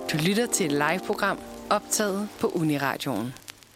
Du lytter til et live-program optaget på Uniradioen.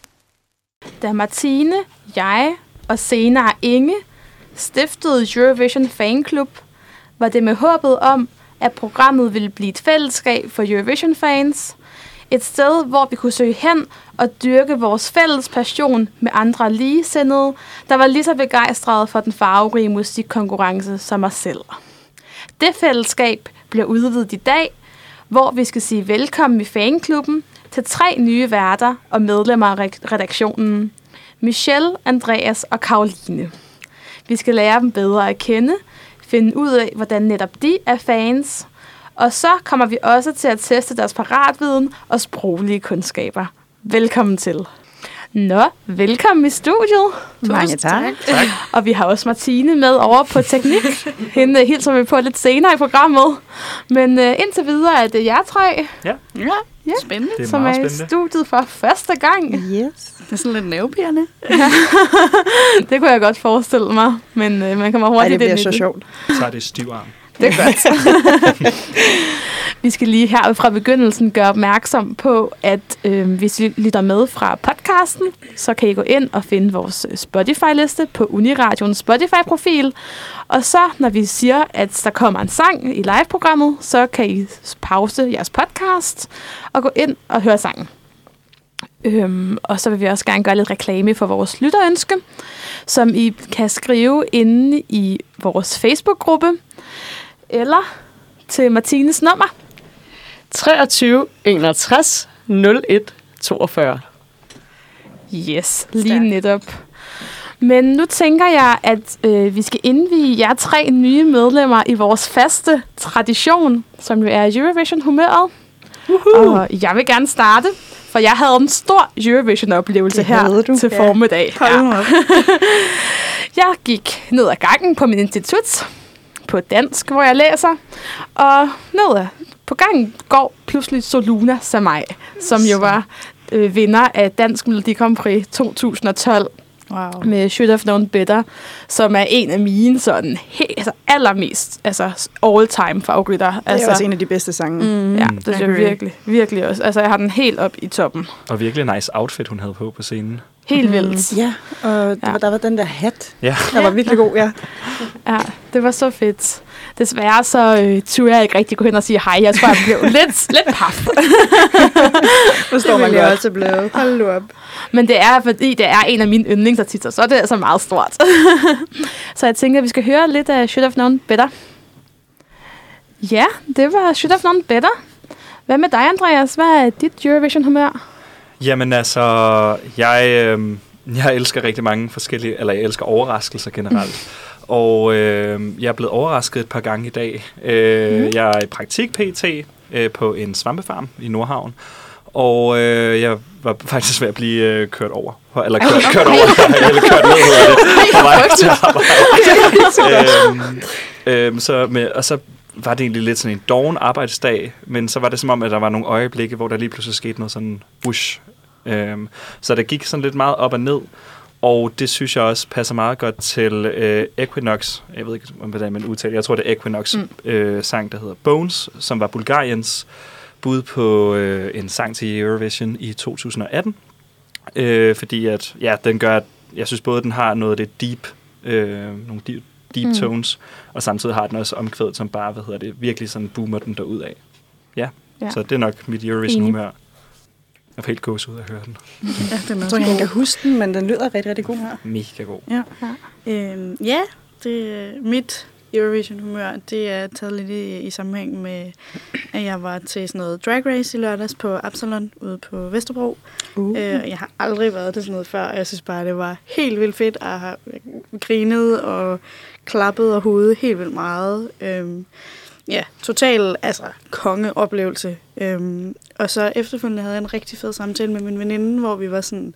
Da Martine, jeg og senere Inge stiftede Eurovision Fanklub, var det med håbet om, at programmet ville blive et fællesskab for Eurovision-fans. Et sted, hvor vi kunne søge hen og dyrke vores fælles passion med andre ligesindede, der var lige så begejstrede for den farverige musikkonkurrence som os selv. Det fællesskab bliver udvidet i dag, hvor vi skal sige velkommen i fanklubben til 3 nye værter og medlemmer af redaktionen. Michelle, Andreas og Karoline. Vi skal lære dem bedre at kende, finde ud af, hvordan netop de er fans, og så kommer vi også til at teste deres paratviden og sproglige kundskaber. Velkommen til. Nå, velkommen i studiet. Mange tak. Og vi har også Martine med over på teknik. Hende hilser vi på lidt senere i programmet. Men indtil videre er det jer 3. Ja. Spændende. Det er som meget er i spændende. studiet for første gang. Yes. Det er sådan lidt nervepirrende. Det kunne jeg godt forestille mig. Men man kommer hurtigt Det bliver ind i så det. sjovt. Så er det stivarm. Det er godt. Vi skal lige her fra begyndelsen gøre opmærksom på, at hvis I lytter med fra podcasten, så kan I gå ind og finde vores Spotify-liste på Uniradioens Spotify-profil. Og så, når vi siger, at der kommer en sang i live-programmet, så kan I pause jeres podcast og gå ind og høre sangen. Og så vil vi også gerne gøre lidt reklame for vores lytterønske, som I kan skrive inde i vores Facebook-gruppe, eller til Martines nummer. 23 61 01 42. Yes, lige netop. Men nu tænker jeg, at vi skal indvie jer 3 nye medlemmer i vores faste tradition, som jo er Eurovision-humøret. Og jeg vil gerne starte, for jeg havde en stor Eurovision-oplevelse her til formiddag. Jeg gik ned ad gangen på min institut på dansk, hvor jeg læser, og ned på gangen går pludselig Soluna Samai, som jo var vinder af Dansk Melodi Grand Prix 2012 med Should Have Known Better, som er en af mine sådan allermest all-time favoritter. Det er også en af de bedste sange. Ja, det er virkelig, virkelig også. Altså, jeg har den helt op i toppen. Og virkelig nice outfit, hun havde på scenen. Helt vildt. Ja, og der var den der hat. Ja. Der var virkelig god, ja. Ja, det var så fedt. Desværre så turde jeg ikke rigtig gå hen og sige hej. Jeg tror, jeg blev lidt paf. Forstår man godt. Også blev. Hold nu op. Men det er, fordi det er en af mine yndlingsartister, så det er altså meget stort. Så jeg tænker, at vi skal høre lidt af Should Have Known Better. Ja, det var Should Have Known Better. Hvad med dig, Andreas? Hvad er dit Eurovision-humør? Jamen altså, jeg elsker rigtig mange forskellige, eller jeg elsker overraskelser generelt. Og jeg er blevet overrasket et par gange i dag. Jeg er i praktik PT på en svampefarm i Nordhavn. Og jeg var faktisk ved at blive kørt over. Eller kørt over. Eller kørt ned hedder det. På vej til arbejde. Og så var det egentlig lidt sådan en doven arbejdsdag. Men så var det som om, at der var nogle øjeblikke, hvor der lige pludselig skete noget sådan whoosh. Så der gik sådan lidt meget op og ned. Og det synes jeg også passer meget godt til Equinox. Jeg ved ikke, hvordan man udtaler. Jeg tror, det er Equinox sang, der hedder Bones, som var Bulgariens bud på en sang til Eurovision i 2018. Fordi at, den gør, at jeg synes både, den har noget af det deep, nogle deep tones, og samtidig har den også omkvædet, som bare, virkelig sådan boomer den derudad. Ja, så det er nok mit Eurovision-humør. Jeg får helt gås ud at høre den. Ja, den er også jeg kan huske den, men den lyder rigtig, rigtig god her. Mega god. Ja, det mit Eurovision-humør, det er taget lidt i sammenhæng med, at jeg var til sådan noget drag race i lørdags på Absalon ude på Vesterbro. Jeg har aldrig været til sådan noget før, og jeg synes bare, det var helt vildt fedt, og jeg har grinet og klappet og hovedet helt vildt meget. Total kongeoplevelse. Og så efterfølgende havde jeg en rigtig fed samtale med min veninde, hvor vi var sådan,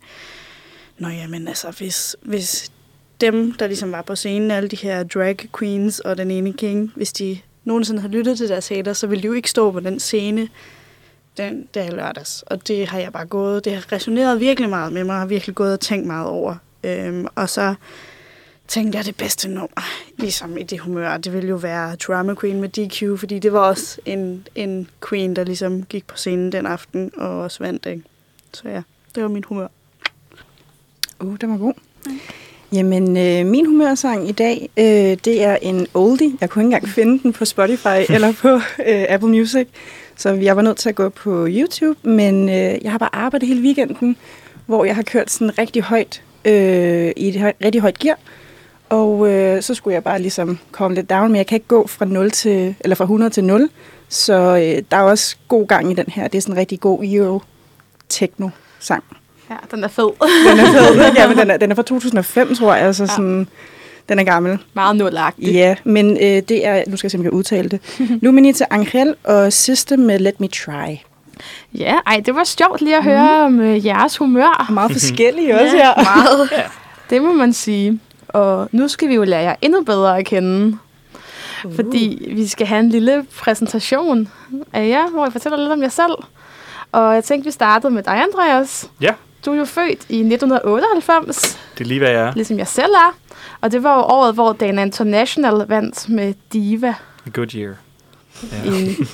hvis dem, der ligesom var på scenen, alle de her drag queens og den ene king, hvis de nogensinde havde lyttet til deres hater, så ville de jo ikke stå på den scene der i lørdags. Og det har jeg bare gået, det har resoneret virkelig meget med mig, og har virkelig gået og tænkt meget over. Og så tænkte jeg, det bedste nummer, ligesom i det humør, det ville jo være Drama Queen med DQ, fordi det var også en queen, der ligesom gik på scenen den aften og også vandt, ikke? Så ja, det var min humør. Det var god. Jamen, min humørsang i dag, det er en oldie. Jeg kunne ikke engang finde den på Spotify eller på Apple Music, så jeg var nødt til at gå på YouTube, men jeg har bare arbejdet hele weekenden, hvor jeg har kørt sådan rigtig højt, i et rigtig højt gear, og så skulle jeg bare ligesom komme lidt down, men jeg kan ikke gå fra 100 til 0, så der er også god gang i den her. Det er sådan en rigtig god Euro-techno-sang. Ja, den er fed. Den er fed, ja, men den er fra 2005, tror jeg, altså sådan, den er gammel. Meget nulagtig. Ja, men det er, nu skal jeg se, om jeg kan udtale det, Lumini til Angel og System med Let Me Try. Ja, det var sjovt lige at høre om jeres humør. Meget forskellige også her. Meget. Det må man sige. Og nu skal vi jo lære jer endnu bedre at kende. Fordi vi skal have en lille præsentation af jer, hvor I fortæller lidt om jer selv. Og jeg tænkte, vi startede med dig, Andreas. Ja. Du er jo født i 1998. Det er lige, hvad jeg er. Ligesom jeg selv er. Og det var jo året, hvor Dana International vandt med Diva. A good year. Ja.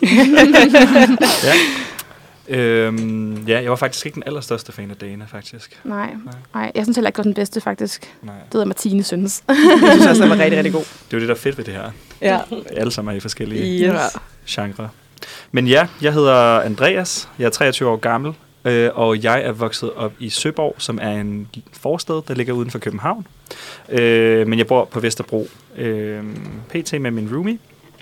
Jeg var faktisk ikke den allerstørste fan af Dana, faktisk. Nej. Jeg synes heller ikke, det var den bedste, faktisk. Nej. Det ved Martine synes. Jeg synes også, den var rigtig, rigtig god. Det er jo det, der er fedt ved det her. Ja. Alle sammen er i forskellige Yes. genrer. Men ja, jeg hedder Andreas. Jeg er 23 år gammel, og jeg er vokset op i Søborg, som er en forstad, der ligger uden for København. Men jeg bor på Vesterbro. PT med min roomie.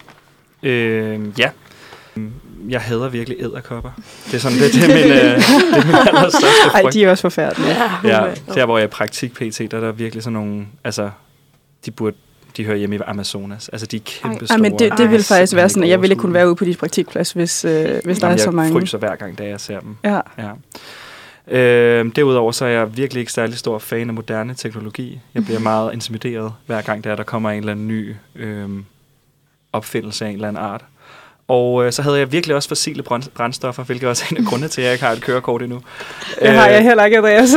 Jeg hader virkelig edderkopper. Det er sådan det er min allerstørste frygt. Ej, de er også forfærdelige. Ja, der hvor jeg er i praktik PT, der er der virkelig sådan nogle, altså de hører hjemme i Amazonas. Altså de er kæmpe store. Men det vil faktisk være sådan, at jeg ville kunne være ude på dit praktikplads, hvis der er så mange. Jeg fryser hver gang, da jeg ser dem. Ja. Derudover så er jeg virkelig ikke særlig stor fan af moderne teknologi. Jeg bliver meget intimideret hver gang, der kommer en eller anden ny opfindelse af en eller anden art. Og så havde jeg virkelig også fossile brændstoffer, hvilket også er en af grundene til, at jeg ikke har et kørekort endnu. Det har jeg heller ikke, Andreas.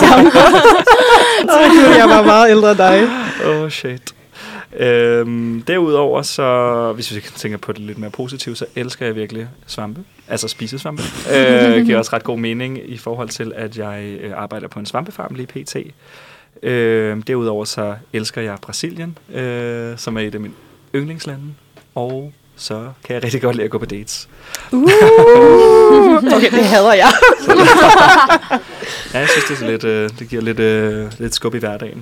Jeg var meget ældre end dig. Shit. Derudover, så hvis vi tænker på det lidt mere positivt, så elsker jeg virkelig svampe. Altså spisesvampe. Det giver også ret god mening i forhold til, at jeg arbejder på en svampefarm lige pt. Derudover så elsker jeg Brasilien, som er et af mine yndlingslande. Og så kan jeg rigtig godt lide at gå på dates. Okay, det hader jeg. Ja, jeg synes, det er lidt, det giver lidt skub i hverdagen.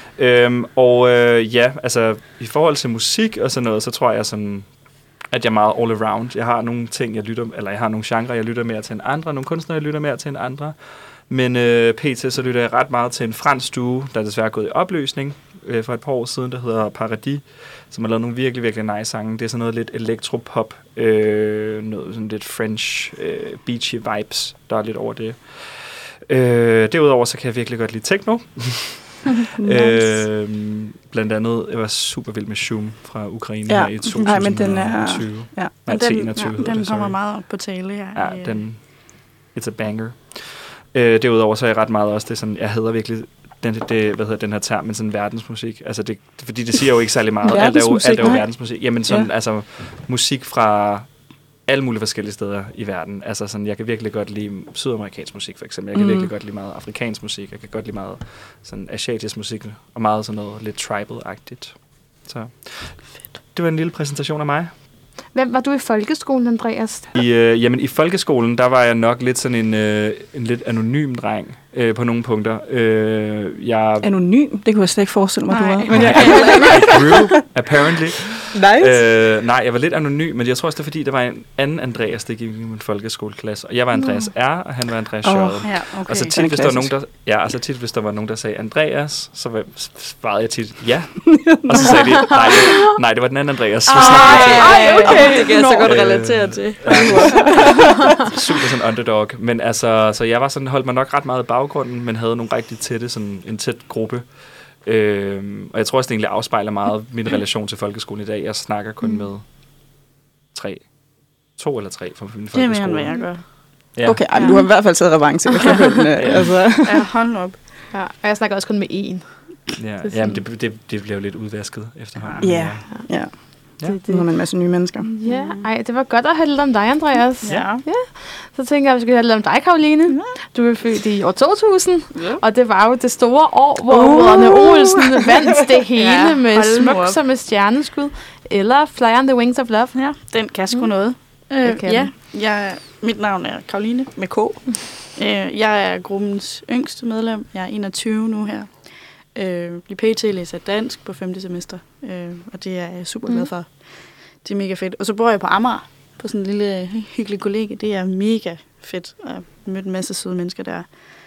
Altså i forhold til musik og sådan noget, så tror jeg sådan, at jeg er meget all around. Jeg har nogle ting, jeg har nogle genrer, jeg lytter mere til en andre, nogle kunstnere, jeg lytter mere til en andre. Men pt. så lytter jeg ret meget til en fransk duo, der er desværre gået i opløsning for et par år siden, der hedder Paradis, som har lavet nogle virkelig, virkelig nice sange. Det er sådan noget lidt elektropop, noget sådan lidt French beachy vibes, der er lidt over det. Derudover så kan jeg virkelig godt lide techno. Nice. Blandt andet, jeg var super vild med Shum fra Ukraine her i 2020. Nej, men den er... Den kommer meget op på tale her. Ja, it's a banger. Derudover så er jeg ret meget også det sådan, jeg hader virkelig den her term, men sådan verdensmusik. Altså det, fordi det siger jo ikke særlig meget. Alt er jo verdensmusik. Jamen sådan, altså musik fra alle mulige forskellige steder i verden. Altså sådan, jeg kan virkelig godt lide sydamerikansk musik, for eksempel. Jeg kan virkelig godt lide meget afrikansk musik. Jeg kan godt lide meget sådan asiatisk musik, og meget sådan noget lidt tribal-agtigt. Så det var en lille præsentation af mig. Hvem var du i folkeskolen, Andreas? I folkeskolen, der var jeg nok lidt sådan en lidt anonym dreng på nogle punkter. Anonym? Det kunne jeg slet ikke forestille mig, du var. Men I grew, apparently. Nice. Nej, jeg var lidt anonym, men jeg tror også, det er fordi, der var en anden Andreas, der gik i min folkeskoleklasse. Og jeg var Andreas R, og han var Andreas J. Okay. Og så tit, hvis der var nogen, der sagde Andreas, så svarede jeg tit ja. Og så sagde de, nej, det var den anden Andreas. Okay. Det kan jeg så godt relatere til. Super sådan underdog. Men altså, så jeg var sådan, holdt mig nok ret meget i baggrunden, men havde nogle rigtig tætte, sådan en tæt gruppe. Og jeg tror også, det egentlig afspejler meget min relation til folkeskolen i dag. Jeg snakker kun med 2 eller 3 fra min folkeskole. Det er mere, end hvad jeg gør. Ja. Okay, du har i hvert fald taget revanche. Ja, hold op. Ja, og jeg snakker også kun med 1. Jamen, det bliver jo lidt udvasket efterhånden. Ja. Nu har man en masse nye mennesker. Ja, ej, det var godt at hælde om dig, Andreas. Ja. Så tænker jeg, at vi skal hælde om dig, Karoline. Du er født i år 2000, og det var jo det store år, hvor Brødrene Olsen vandt det hele med Smuk som et stjerneskud, eller Fly on the Wings of Love. Ja, den kan sgu noget. Mit navn er Karoline med K. Jeg er gruppens yngste medlem. Jeg er 21 nu her. Bliver pt. Læser dansk på 5. semester, og det er jeg super glad for. Det er mega fedt. Og så bor jeg på Amager, på sådan en lille hyggelig kollega. Det er mega fedt. Jeg har mødt en masse søde mennesker der.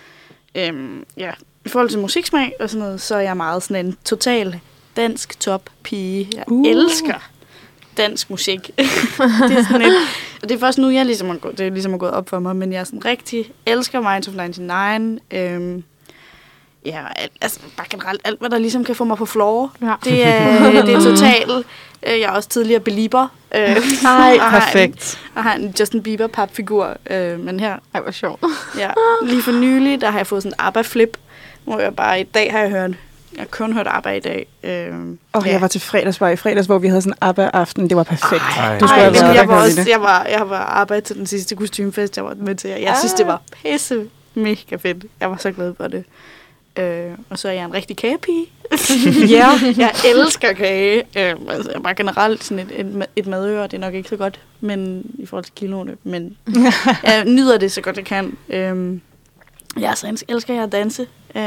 I forhold til musiksmag og sådan noget, så er jeg meget sådan en total dansk top-pige. Jeg elsker dansk musik. Det er sådan et, og det er først nu, jeg ligesom er gået op for mig, men jeg sådan rigtig elsker Minds of 99. Altså bare generelt alt, hvad der ligesom kan få mig på floor. Ja. Det er totalt. Jeg er også tidligere belieber. Perfekt. Jeg har en Justin Bieber papfigur, men her. Ej, hvor sjovt. Ja, lige for nylig, der har jeg fået sådan en ABBA-flip, hvor jeg bare i dag har jeg kun hørt ABBA i dag. Jeg var til fredags, hvor vi havde sådan en ABBA-aften. Det var perfekt. Du skulle have været jeg var ABBA til den sidste kostymefest, jeg var med til. Jeg synes, det var pisse mega fedt. Jeg var så glad for det. Og så er jeg en rigtig kagepige. Jeg elsker kage. Altså, jeg er bare generelt sådan et madøre. Det er nok ikke så godt, men i forhold til kiloene. Men jeg nyder det så godt jeg kan. Så elsker jeg at danse.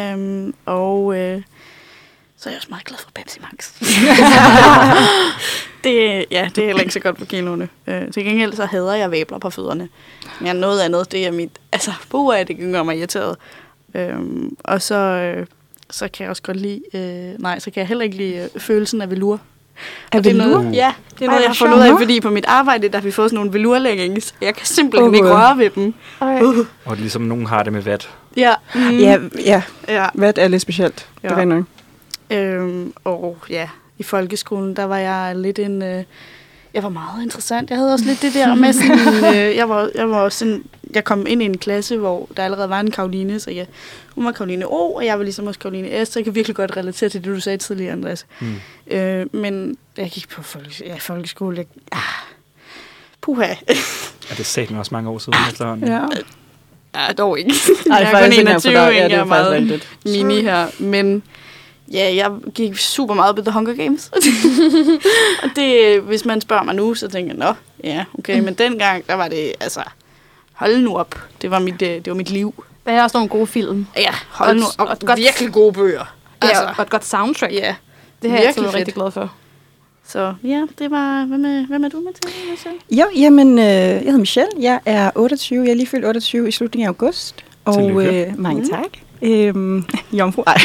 Så er jeg også meget glad for Pepsi Max. Det er heller ikke så godt på kiloene. Til gengæld så hader jeg væbler på fødderne. Men noget andet, det er mit... Altså, det kan gøre mig irriteret. Og så kan jeg også godt lide... så kan jeg heller ikke lide følelsen af velour. Det er noget, det er noget, jeg har fundet ud af, fordi på mit arbejde, der har vi fået sådan nogle velour-leggings. Jeg kan simpelthen ikke røre ved dem. Og ligesom nogen har det med vat. Ja. Vat er lidt specielt. Ja. Det er nok. I folkeskolen, der var jeg lidt en... jeg var meget interessant. Jeg havde også lidt det der med sådan... Jeg kom ind i en klasse, hvor der allerede var en Karoline, så hun var Karoline O, og jeg var ligesom også Karoline S, så jeg kan virkelig godt relatere til det, du sagde tidligere, Andreas. Men jeg gik på folkeskole. Puha. Ja, det sagde den også mange år siden efterhånden. Ja, dog ikke. Nej, jeg er kun 21, jeg er meget rigtigt. Mini her, men... Ja, jeg gik super meget på The Hunger Games. Og det, hvis man spørger mig nu, så tænker jeg, okay, men dengang, der var det, altså, hold nu op. Det var mit liv. Der er også nogle gode film. Ja, hold nu op. Og virkelig gode bøger. Altså, og et godt soundtrack. Ja. Det har jeg altid været rigtig glad for. Så ja, det var... Hvem er du med til, Michelle? Jo, jamen, jeg hedder Michelle. Jeg er 28. Jeg er lige fyldt 28 i slutningen af august. Og mange tak. Jomfru. Ej.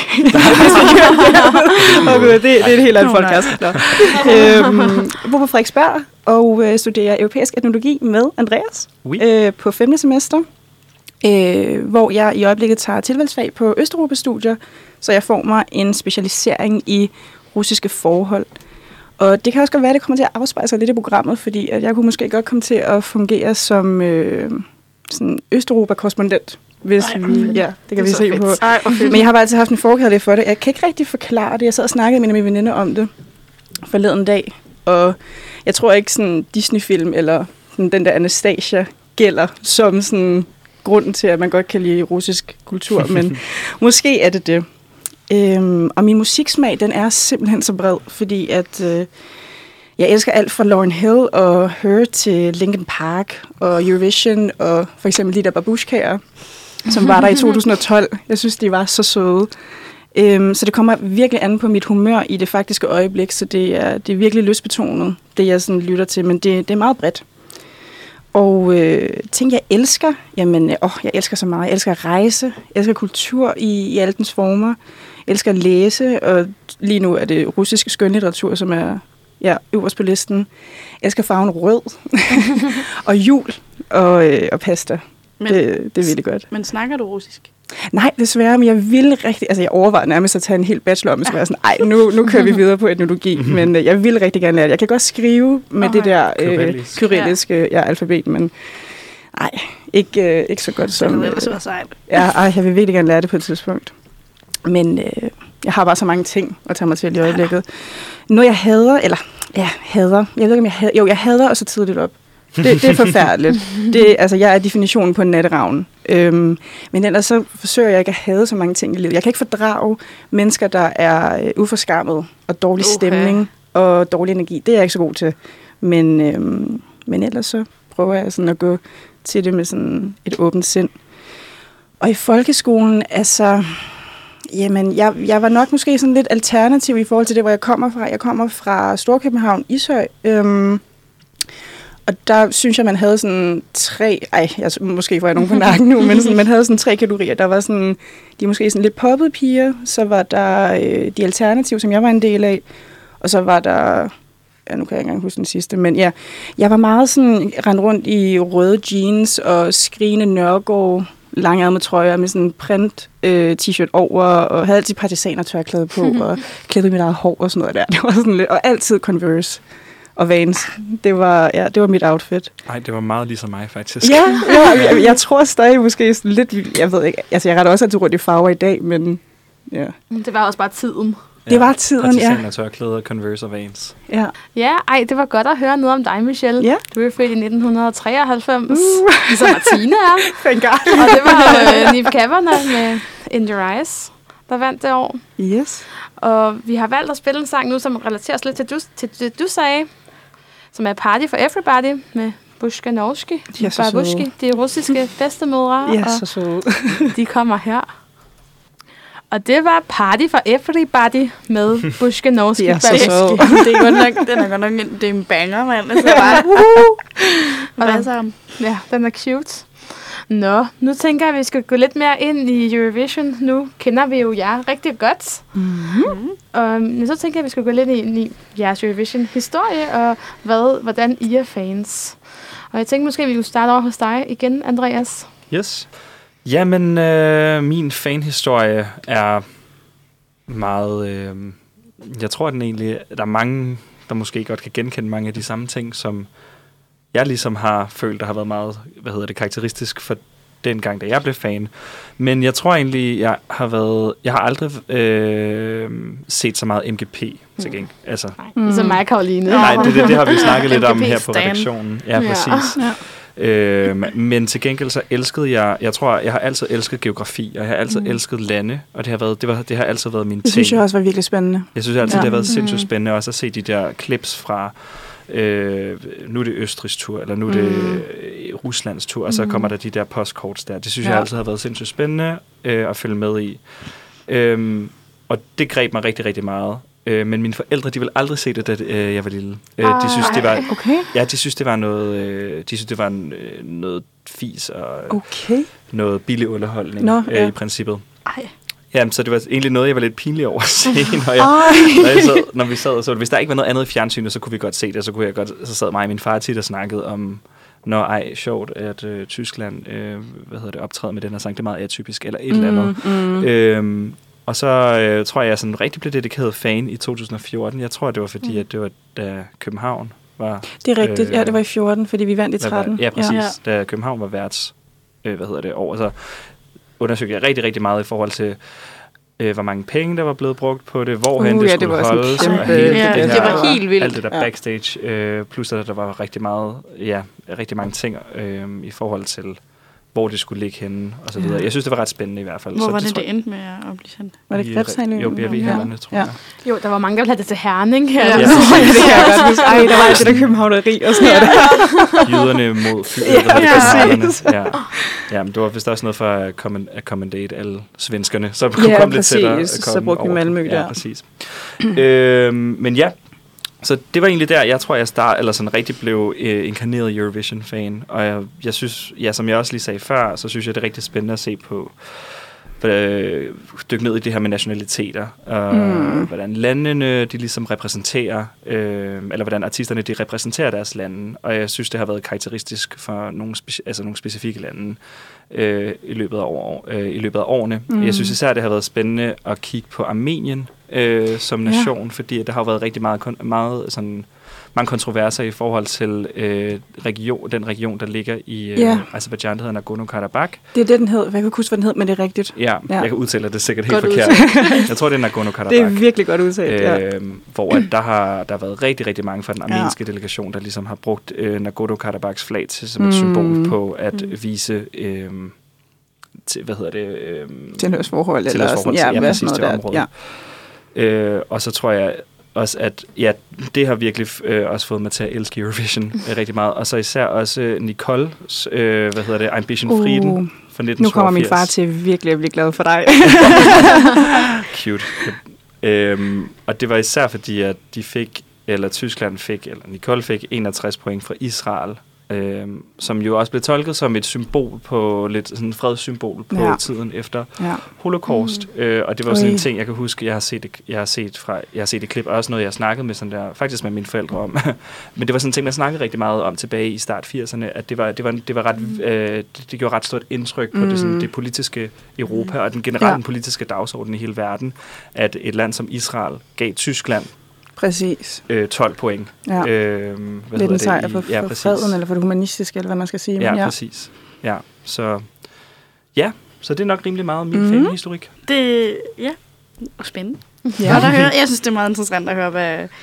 Det er et helt andet podcast. Bor på Frederiksberg og studerer europæisk etnologi med Andreas på 5. semester. Hvor jeg i øjeblikket tager tilvalgsfag på Østeuropa-studier, så jeg får mig en specialisering i russiske forhold. Og det kan også godt være, at det kommer til at afspejle sig lidt i programmet, fordi at jeg kunne måske godt komme til at fungere som sådan Østeuropa-korrespondent. Det kan vi se på. Men jeg har bare altid haft en forkærlighed for det. Jeg kan ikke rigtig forklare det. Jeg sad og snakkede med mine veninder om det forleden dag, og jeg tror ikke sådan Disney-film eller sådan den der Anastasia gælder som sådan grunden til, at man godt kan lide russisk kultur, men måske er det det. Og min musiksmag, den er simpelthen så bred, fordi at jeg elsker alt fra Lauryn Hill og Her til Linkin Park og Eurovision og for eksempel de der babushkaer, som var der i 2012. Jeg synes, de var så søde. Så det kommer virkelig an på mit humør i det faktiske øjeblik, så det er virkelig lystbetonet, det jeg sådan lytter til, men det er meget bredt. Og ting, jeg elsker, jamen, jeg elsker så meget. Jeg elsker at rejse, jeg elsker kultur i alle dens former, jeg elsker at læse, og lige nu er det russisk skønlitteratur, som er øverst på listen. Jeg elsker farven rød, og jul og pasta. Det er virkelig godt. Men snakker du russisk? Nej, desværre, men jeg ville rigtig... Altså, jeg overvejede nærmest at tage en hel bachelor om, så var jeg sådan, nu kører vi videre på etnologi, men jeg vil rigtig gerne lære det. Jeg kan godt skrive med det der kyrilliske alfabet, men nej, ikke så godt som... Det er så sejt. Jeg vil virkelig gerne lære det på et tidspunkt. Men Jeg har bare så mange ting at tage mig til i øjeblikket. Noget jeg hader, jeg ved ikke, om jeg hader. Jo, jeg hader at så tidligt op. Det er forfærdeligt. Jeg er definitionen på en natteravn. Men ellers så forsøger jeg ikke at hade så mange ting i livet. Jeg kan ikke fordrage mennesker, der er uforskammet og dårlig stemning og dårlig energi. Det er jeg ikke så god til. Men ellers så prøver jeg sådan at gå til det med sådan et åbent sind. Og i folkeskolen, jamen, jeg var nok måske sådan lidt alternativ i forhold til det, hvor jeg kommer fra. Jeg kommer fra Storkøbenhavn, Ishøj. Og der synes jeg, man havde sådan måske får jeg nogen på nakken nu, men sådan, man havde sådan 3 kategorier. Der var sådan, de måske sådan lidt poppede piger, så var der de alternative, som jeg var en del af, og så var der, nu kan jeg ikke engang huske den sidste, men ja, jeg var meget sådan, rendt rundt i røde jeans og skrigende Nørgaard, langærmet trøjer med sådan en print t-shirt over, og havde altid partisanertørklæde på, og klædte mit eget hår og sådan noget der. Det var sådan lidt, og altid Converse og Vans. Det var mit outfit. Nej, det var meget ligesom mig, faktisk. Ja, jeg tror stadig måske sådan lidt, jeg ved ikke, jeg retter også altid rundt i farver i dag, men ja. Det var også bare tiden. Det var tiden, Partisaner, tørklæder, Converse og Vans. Ja, det var godt at høre noget om dig, Michelle. Ja. Du er født i 1993, ligesom Martine er. Thank God. Og det var Neve Kavanagh med In Your Eyes, der vandt det år. Yes. Og vi har valgt at spille en sang nu, som relateres lidt til det, du sagde, som er Party for Everybody med Bushkanovsky. Babushki, de russiske bedstemødre. Ja, så søde. De kommer her. Og det var Party for Everybody med Bushkanovsky. Ja, så søde. Det er godt nok det er en banger, mand. Altså bare, hvad så? Ja, den er cute. Nå, nu tænker jeg, at vi skal gå lidt mere ind i Eurovision. Nu kender vi jo jer rigtig godt. Mm-hmm. Så tænker jeg, at vi skal gå lidt ind i jeres Eurovision-historie, og hvordan I er fans. Og jeg tænker måske, at vi kunne starte over hos dig igen, Andreas. Yes. Jamen, min fanhistorie er meget... jeg tror, den egentlig... Der er mange, der måske godt kan genkende mange af de samme ting, som jeg ligesom har følt, der har været meget, karakteristisk for den gang, da jeg blev fan. Men jeg tror egentlig, jeg har aldrig set så meget MGP til gengæld. Altså, ligesom mig, Karoline. Nej, det har vi snakket lidt om her på redaktionen. Ja, præcis. Ja. Men til gengæld så elskede jeg tror, jeg har altid elsket geografi, og jeg har altid elsket lande, og det har altid været min ting. Det synes jeg også var virkelig spændende. Jeg synes altid, det har været sindssygt spændende også at se de der clips fra nu er det Østrigs tur, eller nu er det Ruslands tur, og så kommer der de der postkorts der. Det synes jeg altid har været sindssygt spændende at følge med i. Og det greb mig rigtig, rigtig meget. Men mine forældre, de ville aldrig se det, da jeg var lille. De synes, det var, de synes, det var noget, noget fis og noget billig underholdning i princippet. Jamen, så det var egentlig noget, jeg var lidt pinlig over at se, når vi sad og så. Hvis der ikke var noget andet i fjernsynet, så kunne vi godt se det, så sad mig og min far tit og snakkede om, sjovt, at Tyskland optræder med den her sang, det er meget atypisk, eller et eller andet. Og så tror jeg sådan rigtig blev dedikeret fan i 2014. Jeg tror, det var fordi, at det var da København var... Det er rigtigt, det var i 14, fordi vi vandt i 13. Ja, præcis. Da København var værts, år. Så undersøgte jeg rigtig, rigtig meget i forhold til, hvor mange penge, der var blevet brugt på det, hvorhen det skulle holdes. Det var helt vildt. Alt det der backstage, plus at der var rigtig mange ting i forhold til, hvor det skulle ligge henne, og så videre. Jeg synes, det var ret spændende i hvert fald. Hvor var det endte med at blive sendt? Var det Krebshallen? Jo, BRV-hallerne, tror jeg. Jo, der var mange, der ville have det til Herning her. Ja, det kan jeg godt huske. Der var det der københavneri og sådan noget. Jyderne mod fyret. Ja, men det var vist også noget for at accommodate alle svenskerne. Så kunne komme lidt tættere. Så brugte vi Malmø der. Ja, præcis. Men ja, så det var egentlig der, jeg tror, jeg sådan rigtig blev inkarneret Eurovision-fan. Og jeg synes, som jeg også lige sagde før, så synes jeg, det er rigtig spændende at se på, dykke ned i det her med nationaliteter, og hvordan landene, de ligesom repræsenterer, eller hvordan artisterne, de repræsenterer deres lande. Og jeg synes, det har været karakteristisk for nogle specifikke lande i løbet af årene. Jeg synes især, det har været spændende at kigge på Armenien som nation, fordi der har været rigtig meget sådan mange kontroverser i forhold til den region, der ligger i Aserbajdsjan, der hedder Nagorno-Karabakh. Det er det, den hed. Jeg kan ikke huske, hvad den hed, men det er rigtigt. Ja, jeg kan udtale det sikkert helt godt forkert. Jeg tror, det er Nagorno-Karabakh. Det er virkelig godt udtalt, hvor at der har været rigtig, rigtig mange fra den armenske delegation, der ligesom har brugt Nagorno-Karabakhs flag til som et symbol på at vise... tilhørsforhold eller sådan, præcis til området. Ja. Og så tror jeg også, at det har virkelig også fået mig til at elske Eurovision rigtig meget. Og så især også Nicole's, Ambition Frieden fra 1982. Nu kommer min far til virkelig at blive glad for dig. Cute. Og det var især fordi, at Nicole fik 61 point fra Israel, som jo også blev tolket som et symbol på lidt sådan en fredssymbol på tiden efter Holocaust. Og det var sådan en ting, jeg kan huske, jeg har set et klip, og også noget, jeg har snakket med sådan der, faktisk med mine forældre om. Men det var sådan en ting, jeg snakkede rigtig meget om tilbage i start 80'erne, at det gjorde ret stort indtryk på det politiske Europa og den generelle politiske dagsorden i hele verden, at et land som Israel gav Tyskland præcis 12 point. Ja. Lidt en sejr for freden, eller for det humanistiske, eller hvad man skal sige. Ja, præcis. Ja, så det er nok rimelig meget min fanhistorik. Det, og spændende. Ja. Og jeg synes, det er meget interessant at høre,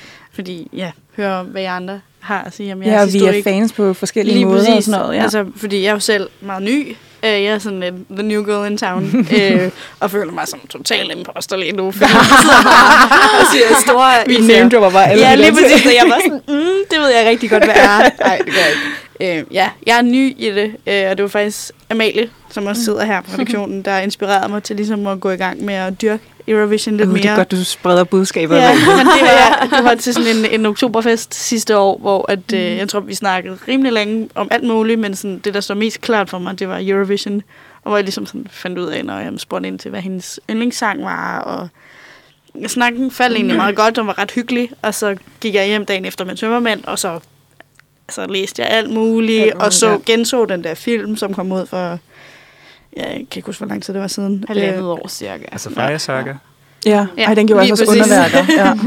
hvad I andre har at sige om jeres historik. Vi er fans på forskellige måder og sådan noget. Ja. Altså, fordi jeg er jo selv meget ny. Jeg er sådan the new girl in town, og føler mig som total imposter lige nu, fordi jeg sidder bare og siger store... Vi name-dropper bare alle. Ja, lige præcis, og jeg var sådan, det ved jeg rigtig godt, hvad er. Nej, det gør jeg ikke. Jeg er ny i det, og det var faktisk Amalie, som også sidder her på redaktionen, der inspirerede mig til ligesom at gå i gang med at dyrke Eurovision lidt mere. Det er godt, du spreder budskabet. Ja, men det var til sådan en oktoberfest sidste år, hvor jeg tror, vi snakkede rimelig længe om alt muligt, men sådan, det, der står mest klart for mig, det var Eurovision, og hvor jeg ligesom sådan fandt ud af, når jeg spurgte ind til, hvad hendes yndlingssang var, og snakken faldt egentlig meget godt, og var ret hyggelig, og så gik jeg hjem dagen efter med tømmermænd, og så læste jeg alt muligt, og genså den der film, som kom ud for... Jeg kan ikke huske, hvor lang tid det var siden. 1,5 år cirka. Altså Freja Saga. Ja, den gjorde også underværker.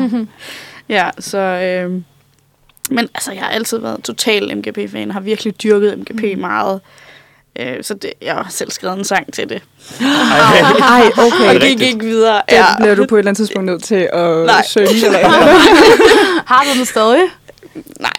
Ja, så... men altså, jeg har altid været total MGP-fan, har virkelig dyrket MGP meget. Så jeg har selv skrevet en sang til det. Ej, okay. Og gik ikke videre. Den blev du på et eller andet tidspunkt nødt til at synge? Eller har du den stadig? Nej.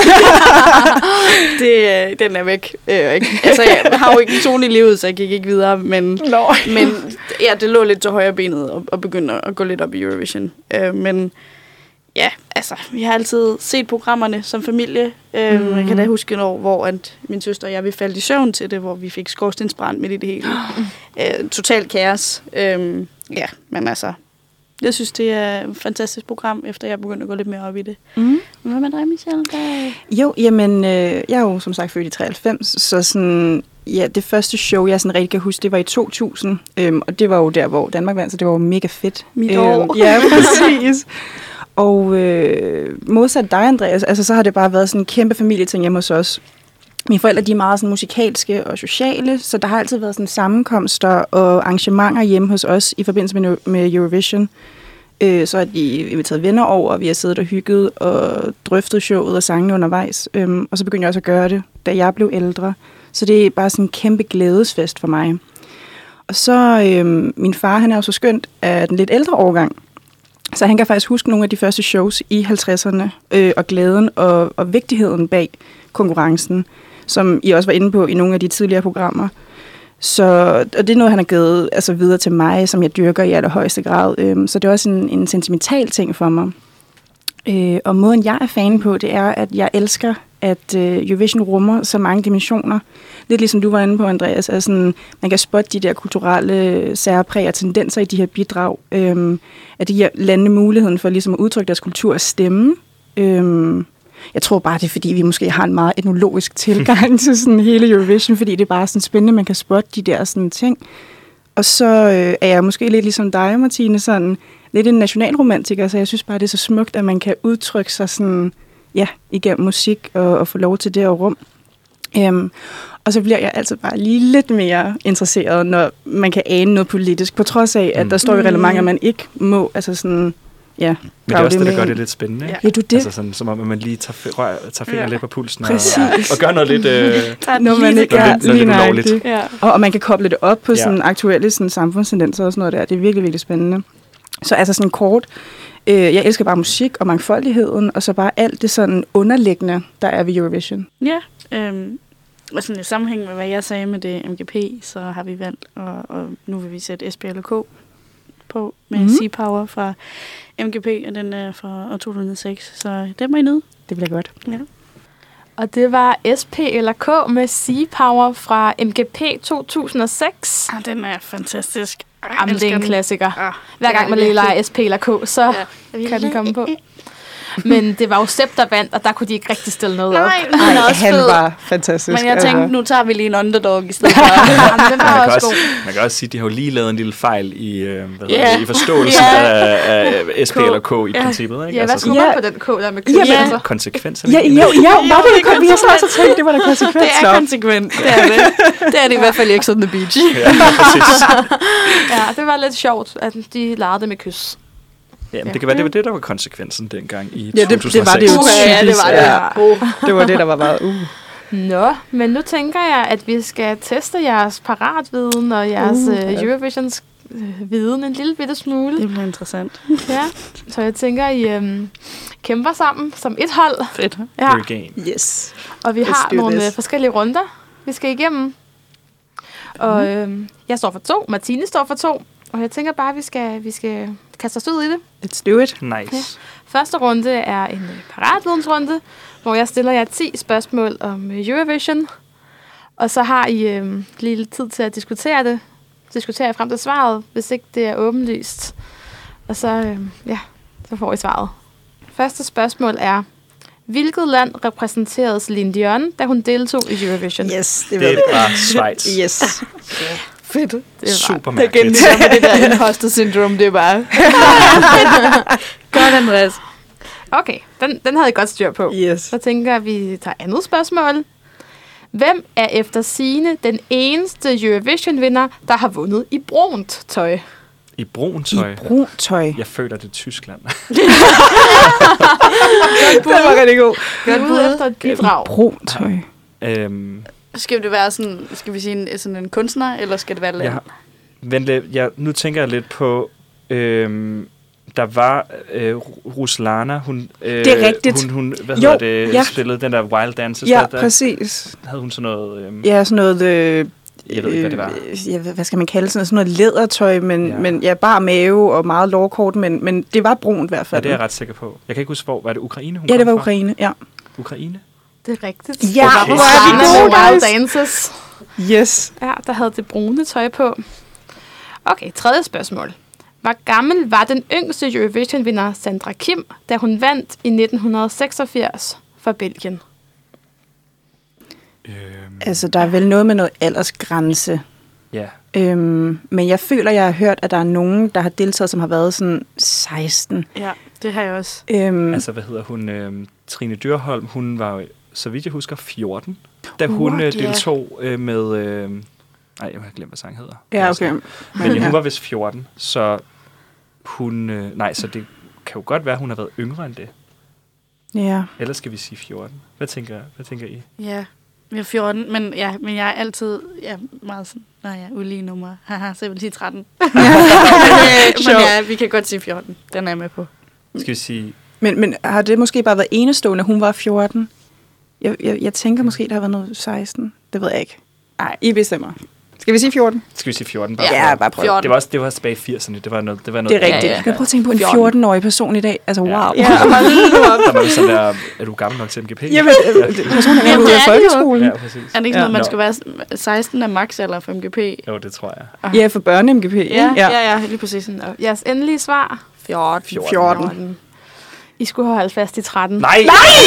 Den er væk. Altså, jeg har jo ikke en tone i livet, så jeg gik ikke videre, men det lå lidt til højre benet og begyndte at gå lidt op i Eurovision. Men ja, altså, vi har altid set programmerne som familie. Jeg kan da huske et år, hvor min søster og jeg, vi faldt i søvn til det, hvor vi fik skorstensbrand midt i det hele. Total kaos. Men altså... Jeg synes, det er et fantastisk program, efter jeg begyndte at gå lidt mere op i det. Hvad med dig, Michelle? Jo, jamen, jeg er jo som sagt født i 93, så sådan, det første show, jeg sådan rigtig kan huske, det var i 2000, og det var jo der, hvor Danmark vandt, så det var jo mega fedt. Mit år. Ja, præcis. Og modsat dig, Andreas, altså, så har det bare været sådan en kæmpe familieting hjemme hos os. Mine forældre, de er meget sådan musikalske og sociale, så der har altid været sådan sammenkomster og arrangementer hjemme hos os i forbindelse med Eurovision. Så har de inviteret venner over, og vi har siddet og hygget og drøftet showet og sangene undervejs. Og så begyndte jeg også at gøre det, da jeg blev ældre. Så det er bare sådan en kæmpe glædesfest for mig. Og så, min far, han er jo så skønt af den lidt ældre årgang. Så han kan faktisk huske nogle af de første shows i 50'erne, og glæden og vigtigheden bag konkurrencen, som I også var inde på i nogle af de tidligere programmer. Og det er noget, han har givet videre til mig, som jeg dyrker i allerhøjeste grad. Så det er også en sentimental ting for mig. Og måden, jeg er fan på, det er, at jeg elsker, at Eurovision rummer så mange dimensioner. Lidt ligesom du var inde på, Andreas. Altså, man kan spotte de der kulturelle særpræg og tendenser i de her bidrag. At det giver landene muligheden for ligesom at udtrykke deres kultur og stemme. Jeg tror bare, det er, fordi vi måske har en meget etnologisk tilgang til sådan hele Eurovision, fordi det er bare sådan spændende, man kan spotte de der sådan ting. Og så er jeg måske lidt ligesom dig, Martine, sådan lidt en nationalromantiker, så jeg synes bare, det er så smukt, at man kan udtrykke sig sådan, igennem musik og få lov til det og rum. Og så bliver jeg altid bare lige lidt mere interesseret, når man kan ane noget politisk, på trods af, at der står i reglementer, at man ikke må ja. Men det er også det, der gør det lidt spændende, ikke? Ja, du det. Altså sådan, som om, at man lige tager fingeren lidt på pulsen Præcis. og gør noget lidt, Når man ikke er lidt ulovligt. Ja. Og man kan koble det op på sådan aktuelle sådan, samfundstendenser og sådan noget der. Det er virkelig, virkelig spændende. Så altså sådan kort, jeg elsker bare musik og mangfoldigheden, og så bare alt det sådan underliggende, der er ved Eurovision. Ja, og sådan i sammenhæng med, hvad jeg sagde med det MGP, så har vi valgt, og nu vil vi sætte SPLK på med Sea Power fra MGP, og den er fra år 2006, så den må I nyde. Det bliver godt. Ja. Og det var SPLK med Sea Power fra MGP 2006. Den er fantastisk. Jamen, det er en klassiker. Hver gang man virkelig. leger SP eller K, så kan den komme på. Men det var jo Sepp, der vandt, og der kunne de ikke rigtig stille noget op. Nej, den er også han fed. var fantastisk. Men jeg tænkte, nu tager vi lige en underdog i stedet for. Jamen, den var også god. Man kan også sige, at de har jo lige lavet en lille fejl i forståelsen af SP eller K i princippet. Ikke? Ja, hvad skulle man på den K der med kød? Ja. Konsekvenser. Ja, var det vi har så også tænkt, det var der konsekvens. Det er konsekvent, det er det. Det er det i hvert fald i X on the Beach. Ja, præcis. Ja, det var lidt sjovt, at de legede det med kys. Ja, men det kan være, det var det, der var konsekvensen dengang i 2006. det var det jo typisk. Ja, det var det. Det var det, der var meget Nå, men nu tænker jeg, at vi skal teste jeres paratviden og jeres Eurovisions viden en lille bitte smule. Det bliver interessant. Ja, så jeg tænker, I kæmper sammen som et hold. Fedt. Ja. Yes. Og vi har nogle forskellige runder, vi skal igennem. Og jeg står for 2, Martine står for 2. Og jeg tænker bare, at vi skal kaste os ud i det. Let's do it. Nice. Ja. Første runde er en paratvidensrunde, hvor jeg stiller jer 10 spørgsmål om Eurovision. Og så har I lige lidt tid til at diskutere det. Diskutere frem til svaret, hvis ikke det er åbenlyst. Og så, så får I svaret. Første spørgsmål er, hvilket land repræsenterede Celine Dion, da hun deltog i Eurovision? Yes, Det er bare Schweiz. Yes. Fedt. Det var Super Det er mærkeligt. igen med det der imposter syndrom, det er bare... Godt, Andreas. Okay, den havde jeg godt styr på. Yes. Så tænker jeg, at vi tager andet spørgsmål. Hvem er efter sigende den eneste Eurovision-vinder, der har vundet i brunt tøj? I brun tøj. I brunt tøj. Jeg føler, det er Tyskland. Det var rigtig god. Godt bud efter et bidrag. Brunt tøj. Skal det være sådan, skal vi sige sådan en kunstner, eller skal det være land? Vent lidt, nu tænker jeg lidt på, der var Ruslana, hun, det er rigtigt. hun spillede den der Wild Dances. Ja, der præcis. havde hun sådan noget... sådan noget... jeg ved ikke, hvad det var. Hvad skal man kalde sådan noget lædertøj, men bare mave og meget lårkort, men det var brunt i hvert fald. Ja, det er jeg ret sikker på. Jeg kan ikke huske, hvor var det Ukraine, hun Ja, det var kom fra? Ukraine, ja. Ukraine? Det er rigtigt. Ja, det var hvor er vi Ruslana gode, med Wild guys. Dances. Yes. Ja, der havde det brune tøj på. Okay, tredje spørgsmål. Hvor gammel var den yngste Eurovision-vinder Sandra Kim, da hun vandt i 1986 for Belgien? Altså, der er vel noget med noget aldersgrænse. Ja. Men jeg føler, jeg har hørt, at der er nogen, der har deltaget, som har været sådan 16. Ja, det har jeg også. Altså, hvad hedder hun? Trine Dyrholm, hun var jo, så vidt jeg husker, 14, da hun deltog med... Nej, jeg har glemt, hvad sang hedder. Ja, okay. Men hun var vist 14, så hun... så det kan jo godt være, at hun har været yngre end det. Ja. Ellers skal vi sige 14. Hvad tænker I? Ja, vi er 14, men jeg er altid meget sådan, ulige numre. Haha, så jeg vil sige 13. men vi kan godt sige 14. Den er jeg med på. Skal vi sige... Men har det måske bare været enestående, at hun var 14? Jeg tænker måske, der har været noget 16. Det ved jeg ikke. Nej, I bestemmer. Skal vi sige 14? Skal vi sige 14? Bare prøv. 14. Det var tilbage i 80'erne. Det var noget. Det er rigtigt. Ja. Jeg kan prøve at tænke på en 14-årig person i dag. Altså, wow. Ja. Der var sådan der, er du gammel nok til MGP? Jamen, personen er ude af folkeskolen. Ja, præcis. Er det ikke noget, man skal være 16 af max eller for MGP? Jo, det tror jeg. Ja, for børne-MGP. Ja, lige præcis. Og jeres endelige svar? 14. I skulle have holdt fast i 13. Nej!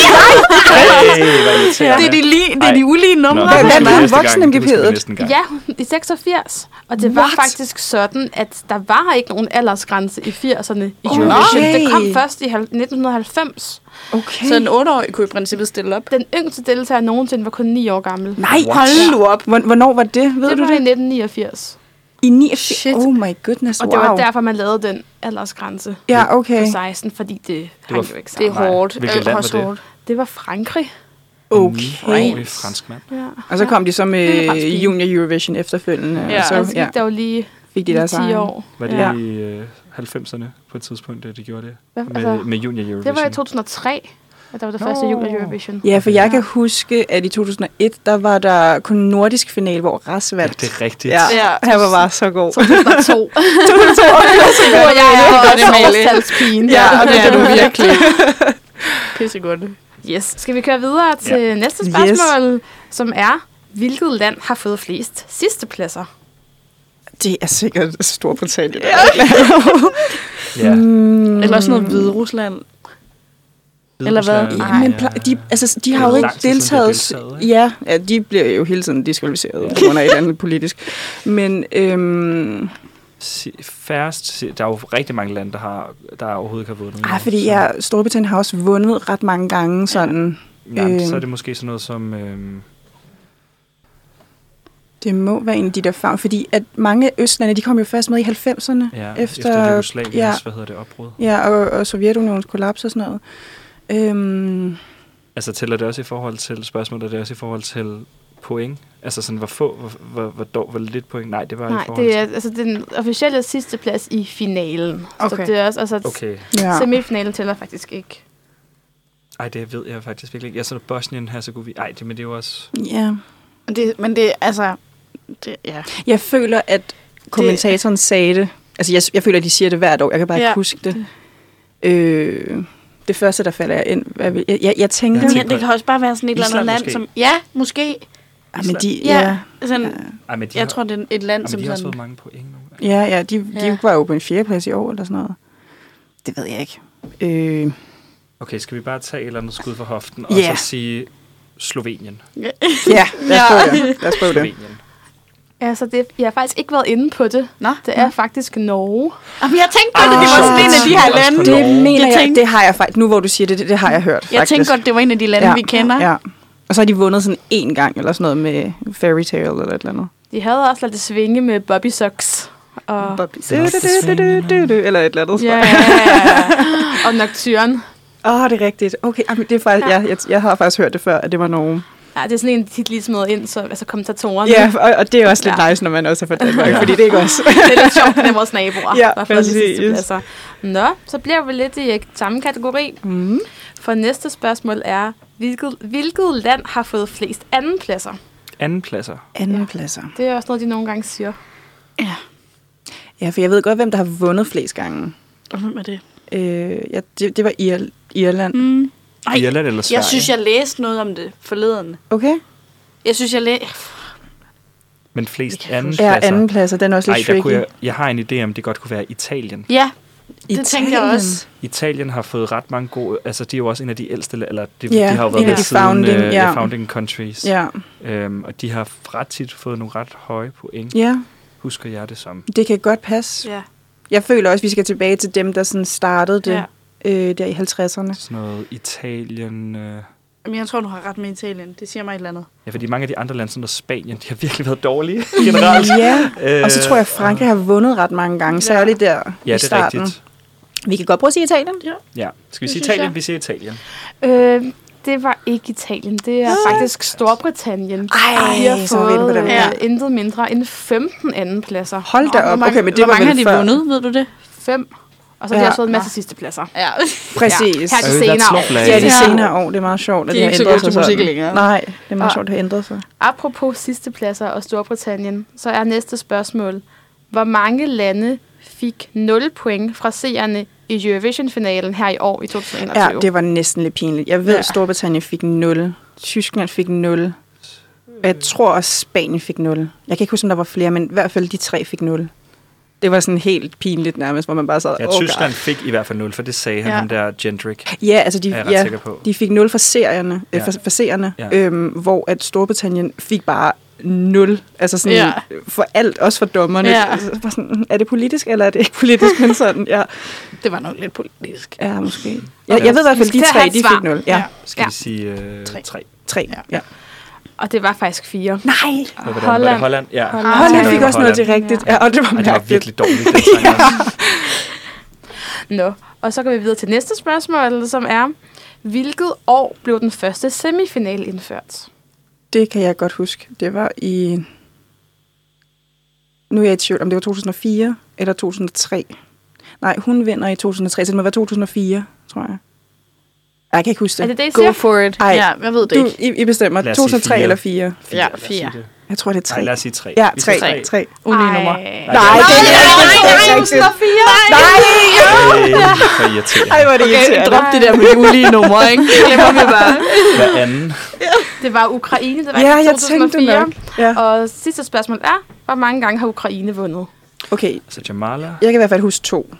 Det er de ulige numre. Hvad var voksen-MGP'et? Ja, i 86. Og det var faktisk sådan, at der var ikke nogen aldersgrænse i 80'erne i Eurovision. Okay. Det kom først i 1990. Okay. Så en 8-årig kunne i princippet stille op. Den yngste deltager nogensinde var kun 9 år gammel. Nej, hold nu op. Hvornår var det? Ved Det du var det? i 1989. I 89? Shit. Oh my goodness, Og det var derfor, man lavede den aldersgrænse Ja, okay. på 16, fordi det hang var- jo ikke Det er sammen. hårdt. Hvilket land var Også det? hårdt. Det var Frankrig. Okay. Fransk mand. Ja. Og så kom de så Det er fransk med pige. Junior Eurovision efterfølgende. Ja, og så, Altså, der var lige fik de deres 10 egen. år. Var det Ja. i 90'erne på et tidspunkt, da de gjorde det? Hvad, Med Junior Eurovision. det var i 2003, at der var det første Junior Eurovision. Ja, for jeg kan huske, at i 2001, der var der kun nordisk final, hvor Ras Ja, vandt. det er rigtigt. Ja, Ja. han var bare så god. 2002. Ja, Og jeg er det er også Amalie. årstalspigen. Ja, og det kan du virkelig. Pissegodt. Yes. Skal vi køre videre til næste spørgsmål, som er, hvilket land har fået flest sidstepladser? Det er sikkert Storbritannien. Ja. Eller sådan noget Hviderusland. Eller hvad? Hviderusland, Men de har jo Det er ikke lang tid siden, de har deltaget. deltaget, ikke? Ja, de bliver jo hele tiden diskvalificeret på grund af et andet politisk. Men Færrest, der er jo rigtig mange lande, der overhovedet ikke har vundet. fordi Storbritannien har også vundet ret mange gange sådan. Så er det måske sådan noget som... Det må være en af de der farver, fordi at mange østlande, de kom jo først med i 90'erne. efter Jugoslaviens, opbrud. Ja, og Sovjetunionens kollaps og sådan noget. Altså tæller det også i forhold til spørgsmålet, er det også i forhold til point? Altså sådan, hvor lidt point? Nej, det var i forhold det er altså den officielle sidsteplads i finalen. Okay. Så det er også, altså, Okay. Ja. semifinalen tæller faktisk ikke. Ej, det ved jeg faktisk virkelig ikke. Jeg så Bosnien, Herzegovina. Ej, men det er jo også... Ja. Men det altså... Det, ja. Jeg føler, at kommentatoren sagde det. Altså, jeg føler, at de siger det hvert år. Jeg kan bare ikke huske det. Det første, der falder jeg ind. Jeg tænker... Men det kan også bare være sådan et eller andet land, måske. som... Ja, måske. Ja, men de, Sådan, Ej, men jeg tror, det er et land, som de har også sådan... fået mange point nu. Ja, de var jo på en 4. plads i år, eller sådan noget. Det ved jeg ikke. Okay, skal vi bare tage et eller andet skud for hoften, og så sige Slovenien? Ja, lad os prøve det. Slovenien. Altså, jeg har faktisk ikke været inde på det. Nå. Det er faktisk Norge. Jamen, jeg tænkte godt, at det var sådan en af de her Også lande. på Det Norge. mener Jeg jeg, tænkte- det har jeg faktisk... Nu hvor du siger det, det har jeg hørt, Jeg faktisk. tænkte godt, det var en af de lande, vi kender. Ja. Og så har de vundet sådan én gang, eller sådan noget med Fairy Tale, eller et eller andet. De havde også ladet det svinge med Bobby Socks. Og, Eller et eller andet. ja, og Nocturne. Det er rigtigt. Okay, det er faktisk, jeg har faktisk hørt det før, at det var nogen. Ja, det er sådan en, de tit lige smed ind, så altså kommentatorerne. Ja, og det er også lidt nice, når man også er fra Danmark, fordi det er ikke også. Det er lidt sjovt med vores naboer. Ja, der har fået de sidste præcis. pladser. Nå, så bliver vi lidt i samme kategori. Mm. For næste spørgsmål er, hvilket land har fået flest andenpladser? Andenpladser. Andenpladser. Det er også noget, de nogle gange siger. Ja, for jeg ved godt, hvem der har vundet flest gange. Og hvem er det? Det var Irland. Mm. Irland eller Sverige? Jeg synes, jeg læste noget om det forleden. Okay. Jeg synes, jeg læste... Men flest Det kan jeg andenpladser. Ja, andenpladser, den er også lidt tricky. Jeg har en idé om, det godt kunne være Italien. Ja, det tænkte jeg også. Italien har fået ret mange gode... Altså, de er jo også en af de ældste... Eller de Ja, har jo en været af med de siden founding, founding countries. Ja. Og de har ret tit fået nogle ret høje point. Ja, Husker jeg det som. det kan godt passe. Ja. Jeg føler også, at vi skal tilbage til dem, der sådan startede det der i 50'erne. Sådan noget Italien... Men jeg tror, du har ret med Italien. Det siger mig et eller andet. Ja, fordi mange af de andre lande, sådan noget Spanien, de har virkelig været dårlige generelt. Ja, og så tror jeg, at Frankrig har vundet ret mange gange, særligt der Ja, i det er starten. rigtigt. Vi kan godt prøve at sige Italien. Ja. Skal vi sige synes Italien? jeg. Vi siger Italien. Det var ikke Italien. Det er faktisk Storbritannien. Ej, de har så var vi inde på fået dem, ja. intet mindre end 15 andenpladser. Hold da op. Okay, men det hvor var mange vel har de før. vundet, ved du det? 5. Og så har de Ja. også fået en masse sidstepladser. Ja. Præcis. Ja, her de That's senere år. lovely. Ja, de Ja. senere år. Det er meget sjovt, at De det er har ikke så ændret gode sig til musik sådan. længere. Nej, det er meget Og- sjovt, at det har ændret sig. Apropos sidstepladser og Storbritannien, så er næste spørgsmål. Hvor mange lande fik 0 point fra seerne i Eurovision-finalen her i år i 2021? Ja, det var næsten lidt pinligt. Jeg ved, Ja. at Storbritannien fik 0. Tyskland fik 0. Jeg tror også, Spanien fik 0. Jeg kan ikke huske, om der var flere, men i hvert fald de 3 fik 0. Det var sådan helt pinligt nærmest, hvor man bare sad... Ja, Tyskland fik i hvert fald 0, for det sagde han, Ja. ham der Gendrick. Ja, altså Er jeg ret sikker på. de fik 0 for serierne, Ja. for seerne, Ja. hvor at Storbritannien fik bare 0. Altså sådan Ja. for alt, også for dommerne. Ja. Altså, bare sådan, er det politisk, eller er det ikke politisk? Men sådan, ja. Det var nok lidt politisk. Ja, måske. Jeg ved i hvert fald, de skal 3, have et de svar. fik 0. Ja, Skal Ja. vi sige 3? 3. Ja. Ja. Og det var faktisk 4. Nej! Var det Holland? Ja. Holland fik også noget til rigtigt. Ja, og det var Ej, det var mærkeligt. virkelig dårligt. Den sang også. Nå, og så går vi videre til næste spørgsmål, som er, hvilket år blev den første semifinale indført? Det kan jeg godt huske. Det var i... Nu er jeg i tvivl, om det var 2004 eller 2003. Nej, hun vinder i 2003, så det må være 2004, tror jeg. Jeg kan ikke huske det. Er det det, I Go siger? for it. Ej, Ja, jeg ved det ikke. I bestemmer. Lad os sige 2003 4. eller 4. Ja, Lad os sige 4. det. Jeg tror, det er 3. Nej, lad os sige 3. Ja, Vi siger 3. 3. Ulige nummer. Nej, det er ikke rigtigt. For irriterende. Ej, hvor er det irriterende. Drop det der med de ulige numre, ikke? Det glemmer vi bare. Hver anden. Det var Ukraine, det var Ja, i jeg tænkte 2004. nok. Ja. Og sidste spørgsmål er, hvor mange gange har Ukraine vundet? Okay, Så Jamala. jeg kan i hvert fald huske 2.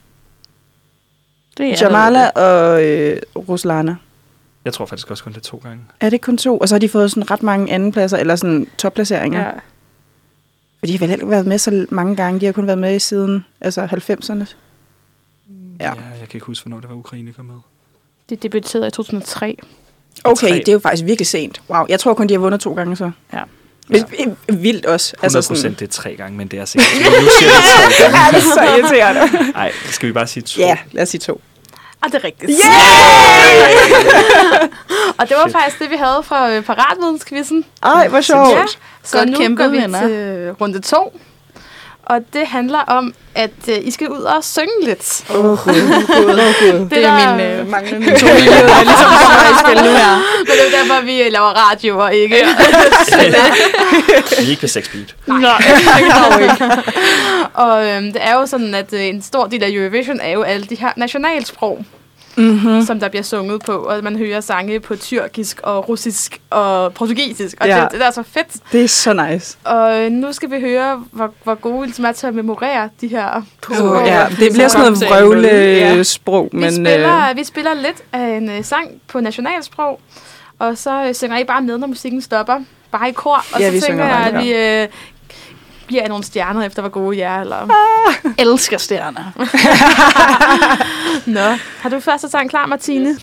Det Jamala og Ruslana. Jeg tror faktisk også kun det 2 gange. Er det kun 2? Og så har de fået sådan ret mange andenpladser, eller sådan topplaceringer. Ja. For de har vel ikke været med så mange gange. De har kun været med siden 90'erne. Ja. Ja, jeg kan ikke huske, hvornår det var Ukraine kom med. De debuterede i 2003. Okay, 3. det er jo faktisk virkelig sent. Wow, jeg tror kun, de har vundet 2 gange så. Ja. Vildt også. 100% det er 3 gange, men det er sikkert. Nu siger det 3 gange. Ja, det er så irriterende. Nej, skal vi bare sige 2? Ja, lad os sige 2. Og det er rigtigt. Yeah! Og det var faktisk det, vi havde fra paratvidensquizzen. Ej, hvor sjovt. Ja, så Godt nu kæmpet, går vi venner. til runde 2. Og det handler om, at I skal ud og synge lidt. Åh, Gud. Det er min manglende familie, der ligesom kommer i spil nu her. Men det er derfor, vi laver radio og ikke... Vi er ikke på 6 beat. Nej, Og det er jo sådan, at en stor del af Eurovision er jo alle de her nationalsprog, som der bliver sunget på. Og man hører sange på tyrkisk og russisk og portugisisk. Og Ja. det er så fedt. Det er så nice. Og nu skal vi høre, hvor gode I ligesom er til at memorere de her sprog. Ja, det bliver sådan noget vrøvle-sprog. Vi Men, spiller lidt af en sang på nationalsprog, og så synger I bare med, når musikken stopper. Bare i kor, og Ja, så vi tænker synger jeg, bare at vi giver jer nogle stjerner efter, hvor gode I er. Eller... elsker stjerner. Nå, har du første sang klar, Martine?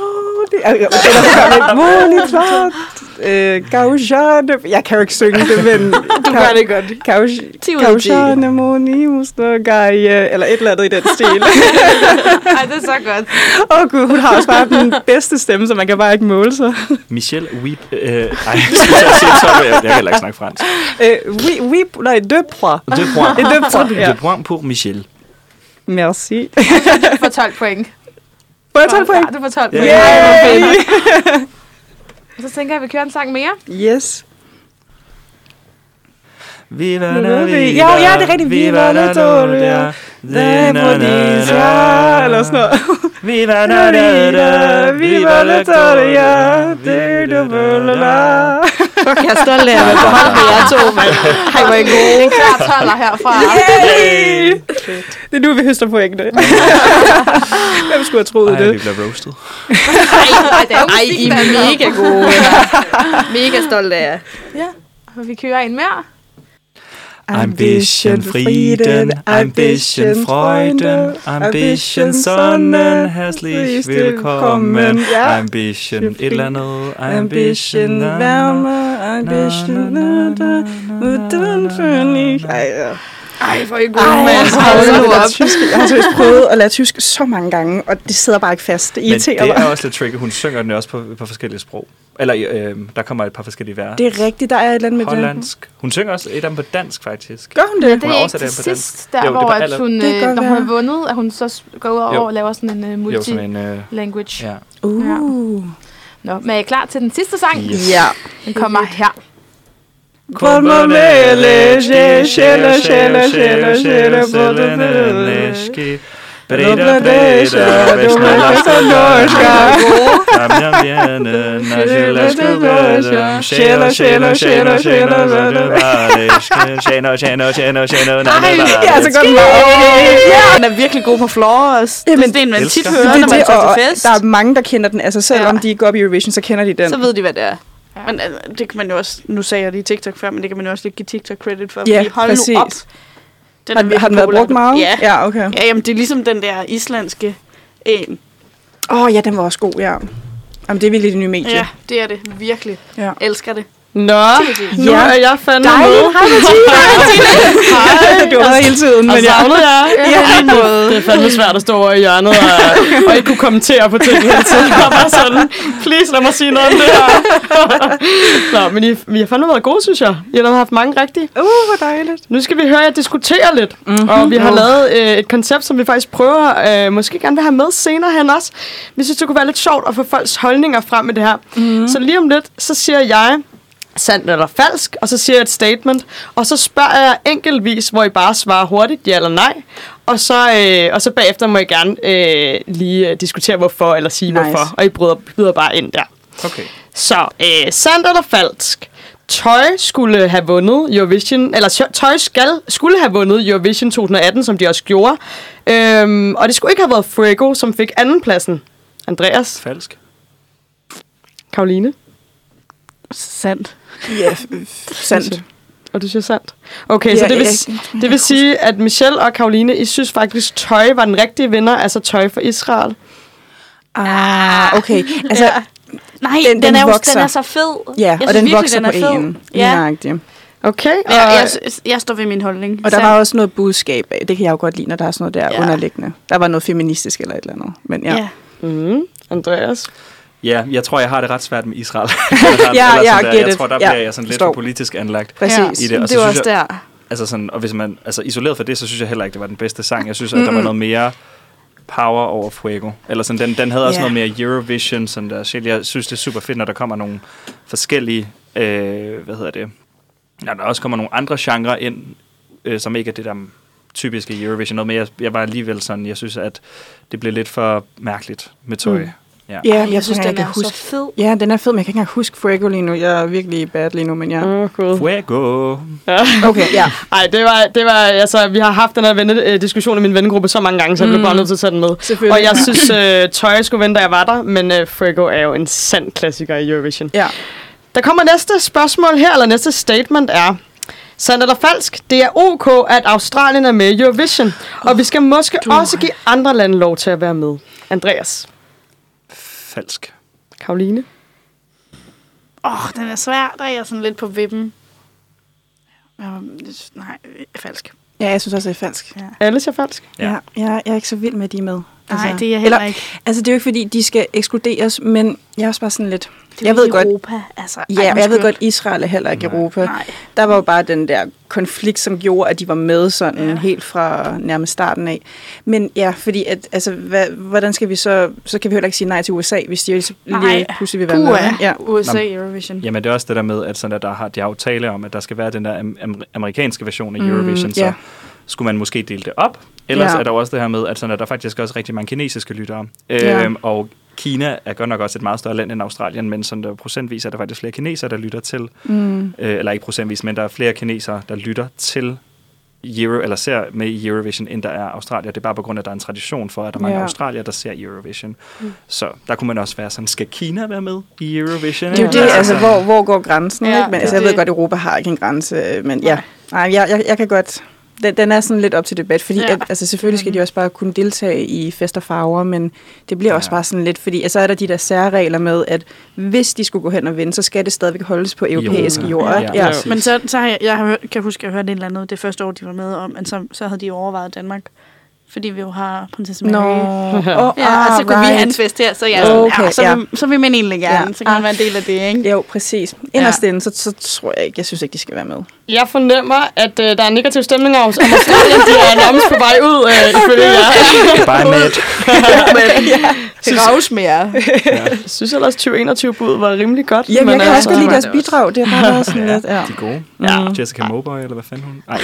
Gaujane. Jeg kan jo ikke synge det, men... Du gør det godt. 10 ud af 10. Gaujane monimus gaia, eller et eller andet i den stil. Ej, det er så godt. Åh gud, hun har også bare den bedste stemme, så man kan bare ikke måle sig. Michel Weep. Nej, jeg kan heller ikke snakke fransk. Deux points. Deux points. Et deux points, ja. Deux points pour Michel. Merci. Du får 12 point. Får jeg 12 point? Ja, du får 12 point. Yay! Og så tænker jeg, at vi kører en sang mere. Yes. Viva Ja, la vida. ja, det er rigtigt. Viva la gloria. Demonisha. Eller sådan noget. Viva la vida. Viva la gloria. Demonisha. Fuck, jeg er stolt af at være på hold med jer to, mand. Hej, hvor er I gode. En klar toller herfra. Yay! Det er nu, vi høster pointene. Hvem skulle have troet Ej, det? vi bliver roasted. Ej, det er jo Ej, I musik, er der handler om. mega gode. Mega stolt af jer. Ja, og vi kører en mere. Ambition Frieden, Ambition Freude, Ambition Sonnen, herzlich willkommen. Ambition et eller andet, Ambition Wärme, Ambition uden König. Ej, hvor er I gode, Ej, mand. jeg har seriøst prøvet at lære tysk så mange gange, og det sidder bare ikke fast. Det men irriterer det er mig. også lidt tricky. Hun synger den også på forskellige sprog. Eller der kommer et par forskellige vers. Det er rigtigt, der er et eller andet med Hollandsk. Hun synger også et af dem på dansk, faktisk. det. Gør hun det? Det Hun har er oversat ikke den til på sidst, dansk. der Jo, det hvor var at aller- hun, Det kan godt når hun har være. vundet, at hun så går ud Jo. og laver sådan en Jo, sådan en... multi-language. ja. Nå, men er I klar til den sidste sang? Yes. Ja. Den kommer her. Kolmamele, sjæle, både Breda, breda, vesnalaska norska. Kamjan vjene, naželaska breda. Sjæler, sjæler, sjæler, sjæler, Ja, så godt meget. Den er virkelig god på floor også. Det er Jamen, sådan en, man tit elsker. hører, når man tager til fest. Der er mange, der kender den. Altså selvom de går op i Eurovision, så kender de den. Så ved de, hvad det er. Ja. Men det kan man jo også, nu sagde jeg lige TikTok før, men det kan man jo også lige give TikTok credit for. Ja, Fordi hold præcis. nu op. Den er Har virkelig den været populær. brugt meget? Ja. Ja, okay. Ja, jamen det er ligesom den der islandske en. Ja, den var også god, ja. Jamen, det er virkelig det nye medie. Ja, det er det. Virkelig. Ja. Elsker det. Nå, nu er jeg fandme med. Hej, Martine. Du var der hele tiden. Og savnede jeg. Det er fandme svært at stå over i hjørnet og ikke kunne kommentere på ting hele tiden. Og bare sådan, please lad mig sige noget om det her. Nå, men I har fandme været gode, synes jeg. I har haft mange rigtige. Hvor dejligt. Nu skal vi høre jer diskutere lidt. Og vi har lavet et koncept, som vi faktisk prøver, måske gerne vil have med senere hen også. Vi synes, det kunne være lidt sjovt at få folks holdninger frem med det her. Så lige om lidt, så siger jeg sandt eller falsk, og så siger jeg et statement, og så spørger jeg enkeltvis, hvor I bare svarer hurtigt, ja eller nej, og så bagefter må I gerne lige diskutere hvorfor, eller sige hvorfor, og I byder bare ind der. Okay. Så, sandt eller falsk? Tøj skulle have vundet Eurovision, eller Tøj skulle have vundet Eurovision 2018, som de også gjorde, og det skulle ikke have været Fuego, som fik andenpladsen. Andreas? Falsk. Karoline? Sandt. Ja, sandt. Og du siger sandt. Okay, så det vil sige, at Michelle og Karoline, I synes faktisk, Tøj var den rigtige vinder, altså Tøj for Israel. Okay. Altså, Nej, den er så fed. Ja, og den vokser på en. Ja. Okay. Jeg står ved min holdning. Og der var også noget budskab af. Det kan jeg jo godt lide, når der er sådan noget der underliggende. Der var noget feministisk eller et eller andet. Men ja. Andreas? Ja, jeg tror, jeg har det ret svært med Israel. Jeg tror, der bliver jeg sådan lidt for politisk anlagt i det. Og det var også der. Altså sådan, og hvis man isoleret for det, så synes jeg heller ikke, det var den bedste sang. Jeg synes, at der var noget mere power over Fuego. Eller sådan, den havde også noget mere Eurovision. Sådan der shit. Jeg synes, det er super fedt, når der kommer nogle forskellige, når der også kommer nogle andre genrer ind, som ikke er det der typiske Eurovision. Noget mere, jeg var alligevel sådan, jeg synes, at det blev lidt for mærkeligt med Tøj. Ja, jeg synes, den er så fed. Ja, den er fed, men jeg kan ikke engang huske Fuego lige nu. Jeg er virkelig bad lige nu, men ja. Fuego. Ja. Okay, ja. Ej, det var, altså, vi har haft den her diskussion i min vennegruppe så mange gange, så jeg blev bare nødt til at tage den med. Og jeg synes, Tøj skulle vinde, da jeg var der, men Fuego er jo en sand klassiker i Eurovision. Ja. Der kommer næste spørgsmål her, eller næste statement er: sandt eller falsk? Det er ok, at Australien er med i Eurovision, og vi skal måske også give andre lande lov til at være med. Andreas? Falsk. Karoline? Den er svær. Der er jeg sådan lidt på vippen. Nej, falsk. Ja, jeg synes også, det er falsk. Ja. Alle siger falsk? Ja. Jeg er ikke så vild med, de med. Nej, det er jeg heller ikke. Altså, det er jo ikke, fordi de skal ekskluderes, men jeg er også bare sådan lidt... Jeg ved godt, Europa. Altså, jeg ved godt, Israel er heller ikke Europa. Nej. Der var jo bare den der konflikt, som gjorde, at de var med sådan helt fra nærmest starten af. Men ja, fordi at, altså, hvordan skal vi så kan vi heller ikke sige nej til USA, hvis de lige pludselig vil være med. Ja. USA Eurovision. Jamen det er også det der med, at sådan, at de har jo tale om, at der skal være den der amerikanske version af Eurovision, så skulle man måske dele det op. Ellers er der også det her med, at, sådan, at der faktisk også rigtig mange kinesiske lyttere. Og Kina er godt nok også et meget større land end Australien, men sådan der procentvis er der faktisk flere kinesere, der lytter til, eller ikke procentvis, men der er flere kinesere, der lytter til eller ser med i Eurovision, end der er Australier. Det er bare på grund af, at der er en tradition for, at der er mange australier, der ser Eurovision. Så der kunne man også være sådan, skal Kina være med i Eurovision? Det er jo det, altså hvor går grænsen? Ikke? Men altså, jeg ved godt, at Europa har ikke en grænse, men jeg kan godt... Den er sådan lidt op til debat, fordi altså, selvfølgelig skal de også bare kunne deltage i fest og farver, men det bliver også bare sådan lidt, fordi altså, er der de der særregler med, at hvis de skulle gå hen og vinde, så skal det stadigvæk holdes på europæiske jord. Ja. Men så har jeg kan huske, at jeg hørte et eller andet det første år, de var med om, men så havde de overvejet Danmark. Fordi vi jo har prinsesse Mary. Så kunne vi have en fest her, så vil man egentlig gerne. Så kan man være en del af det, ikke? Jo, præcis. Inderst inde, så tror jeg ikke, jeg synes ikke, de skal være med. Jeg fornemmer, at der er negativ stemning om Australien. De er nærmest på vej ud, ifølge jer. Bare net. Det raves mere. Jeg synes ellers, 2021-bud var rimelig godt. Jamen, jeg kan også godt lide deres bidrag. Det har været sådan lidt. De er gode. Jessica Mowboy, eller hvad fanden hun? Nej.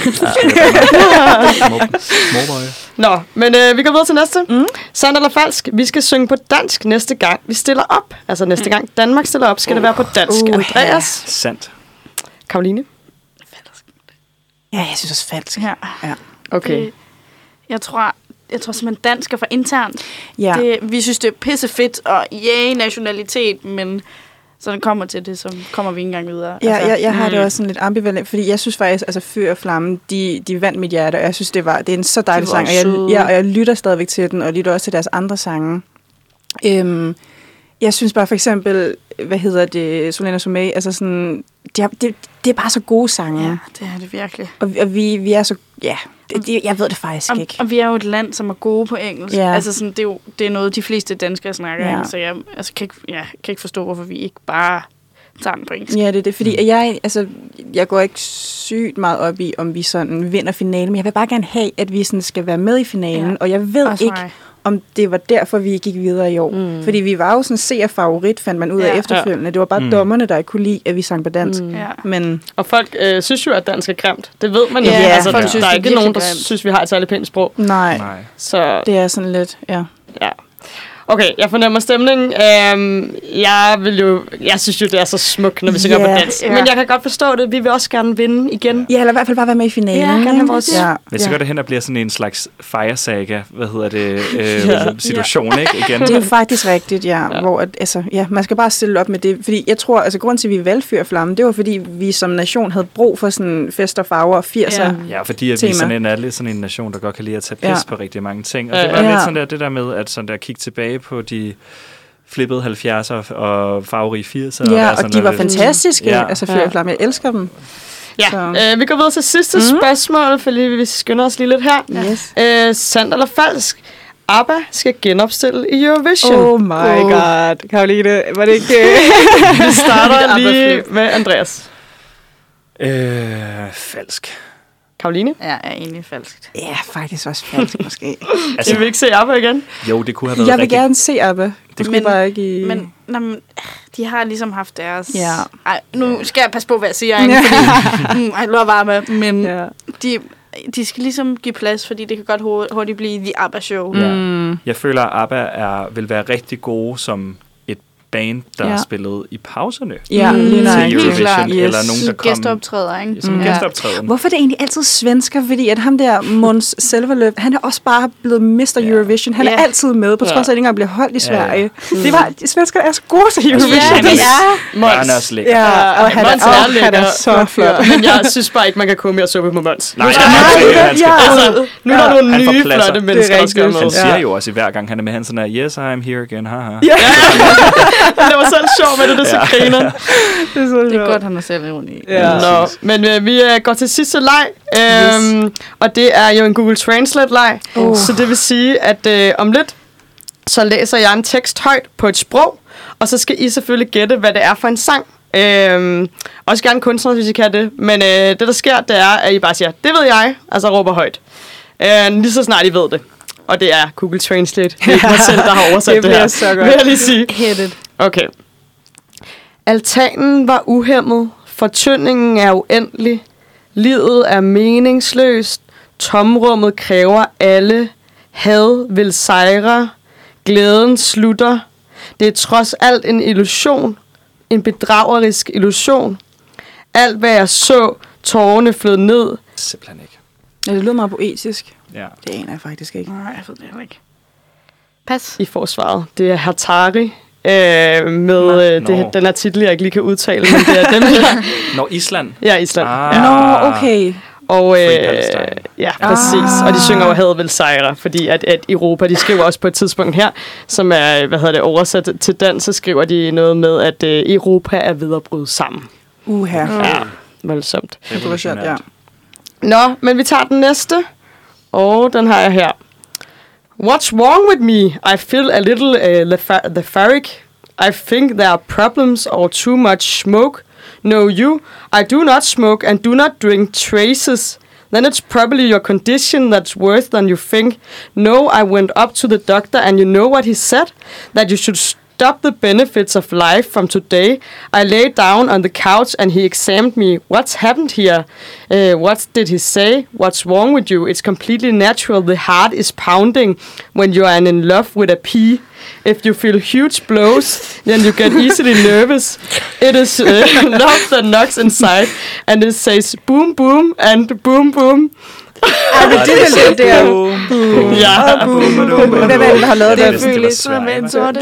Mowboy. Nå, men vi går videre til næste. Sandt eller falsk? Vi skal synge på dansk næste gang, vi stiller op. Altså næste gang Danmark stiller op, skal det være på dansk. Andreas? Sandt. Karoline? Falsk. Ja, jeg synes også falsk. Ja. Okay. Jeg tror simpelthen, dansk er for internt. Ja. Vi synes, det er pissefedt, og nationalitet, men så det kommer til det, så kommer vi ikke engang videre. Ja, jeg har det også sådan lidt ambivalent, fordi jeg synes faktisk, altså Fyr og Flamme, de vandt mit hjerte, og jeg synes, det er en så dejlig sang, og jeg lytter stadigvæk til den, og lytter også til deres andre sange. Jeg synes bare for eksempel, Solana Somé, altså sådan, det er bare så gode sange. Ja, det er det virkelig. Og vi er så, jeg ved det faktisk ikke. Og vi er jo et land, som er gode på engelsk. Ja. Altså sådan, det er noget, de fleste danskere snakker engelsk, så jeg kan ikke forstå, hvorfor vi ikke bare tager den på engelsk. Ja, det er det, fordi jeg går ikke sygt meget op i, om vi sådan vinder finalen, men jeg vil bare gerne have, at vi sådan skal være med i finalen, og jeg ved ikke, om det var derfor, vi gik videre i år. Fordi vi var jo sådan seerfavorit, fandt man ud af efterfølgende. Det var bare dommerne, der ikke kunne lide, at vi sang på dansk. Men og folk synes jo, at dansk er grimt. Det ved man jo. Ja, altså, folk der er ikke nogen, der synes, vi har et særligt pænt sprog. Nej. Så det er sådan lidt, ja. Okay, jeg fornemmer stemning. Jeg synes jo, det er så smukt, når vi synger på dansk. Men jeg kan godt forstå det. Vi vil også gerne vinde igen. Ja, eller i hvert fald bare være med i finalen. Ja, gerne have vores... Men så går det hen og bliver sådan en slags Fire-saga, situation, ikke? Igen. Det er faktisk rigtigt, hvor man skal bare stille op med det. Fordi jeg tror, grunden til, at vi valgte Fyr og Flamme, det var, fordi vi som nation havde brug for sådan fest og farver og 80'er. Ja, fordi at vi er lidt sådan en nation, der godt kan lide at tage pis på rigtig mange ting. Og det var lidt sådan det der med, at sådan der kigge tilbage på de flippede 70'er og farverige 80'er. Ja, og de var fantastiske. Fyr og Flamme, jeg elsker dem. Ja, vi går videre til sidste spørgsmål, for lige vi skynder os lige lidt her. Yes. Sandt eller falsk? ABBA skal genopstille i Eurovision. Oh my god. Karoline, var det ikke... Vi starter lige med Andreas. Falsk. Karoline? Ja, er egentlig falskt. Ja, faktisk også falsk, måske. Jeg vil ikke se ABBA igen. Jo, det kunne have været Jeg vil gerne se ABBA. Det skulle bare ikke i... Men de har ligesom haft deres... Ja. Ej, nu skal jeg passe på, hvad jeg siger, ikke? Fordi, I love ABBA, men de skal ligesom give plads, fordi det kan godt hurtigt blive The ABBA Show. Ja. Jeg føler, at ABBA vil være rigtig gode som et band, der spillede i pauserne til Eurovision, eller nogen, der kom... Gæsteoptræder, ikke? Som gæsteoptræden. Hvorfor er det egentlig altid svensker? Fordi at ham der, Måns Zelmerlöw, han er også bare blevet Mr. Eurovision. Han er altid med, på trods af, at det ikke engang bliver holdt i Sverige. Det var, de svensker er så gode til Eurovision. Han er også lækker. Og han er så flot. Men jeg synes bare ikke, man kan komme mere suppe på Måns. Nej, nu er der nogle nye flotte mennesker, der skal med. Han siger jo også hver gang, han er med, han sådan er, yes, I'm here again, haha. Det var selv sjovt med det, så griner. Det er godt, han er selv rundt i. Men vi går til sidste leg, og det er jo en Google Translate-leg. Så det vil sige, at om lidt, så læser jeg en tekst højt på et sprog, og så skal I selvfølgelig gætte, hvad det er for en sang. Også gerne kunstner, hvis I kan det. Men det, der sker, det er, at I bare siger, det ved jeg, altså råber højt. Lige så snart I ved det. Og det er Google Translate. Det er ikke mig selv, der har oversat det her. Så godt. Vil jeg lige sige. Hit it. Okay. Altanen var uhæmmet. Fortyndingen er uendelig. Livet er meningsløst. Tomrummet kræver alle. Had vil sejre. Glæden slutter. Det er trods alt en illusion. En bedragerisk illusion. Alt hvad jeg så, tårerne flød ned. Simpelthen ikke. Ja, det lyder meget poetisk. Ja. Det aner jeg faktisk ikke. Nej, jeg ved det ikke. Pas. I forsvaret. Det er Hatari med den artikel, jeg ikke lige kan udtale, men det er dem her. Island? Ja, Island. Okay. Og ja, præcis. Og de synger jo had vil sejre, fordi at Europa, de skriver også på et tidspunkt her, som er, oversat til dansk, så skriver de noget med, at Europa er ved at bryde sammen. Ja, voldsomt. Ja. Nå, men vi tager den næste. Og den har jeg her. What's wrong with me? I feel a little lethargic. I think there are problems or too much smoke. No, you. I do not smoke and do not drink traces. Then it's probably your condition that's worse than you think. No, I went up to the doctor and you know what he said? That you should stop the benefits of life from today. I lay down on the couch and he examined me. What's happened here? What did he say? What's wrong with you? It's completely natural. The heart is pounding when you are in love with a pea. If you feel huge blows, then you get easily nervous. It is love that knocks inside, and it says boom, boom, and boom, boom. Det er det der. Ja. Hvem er det, der har lavet det? Det føles som en sådan.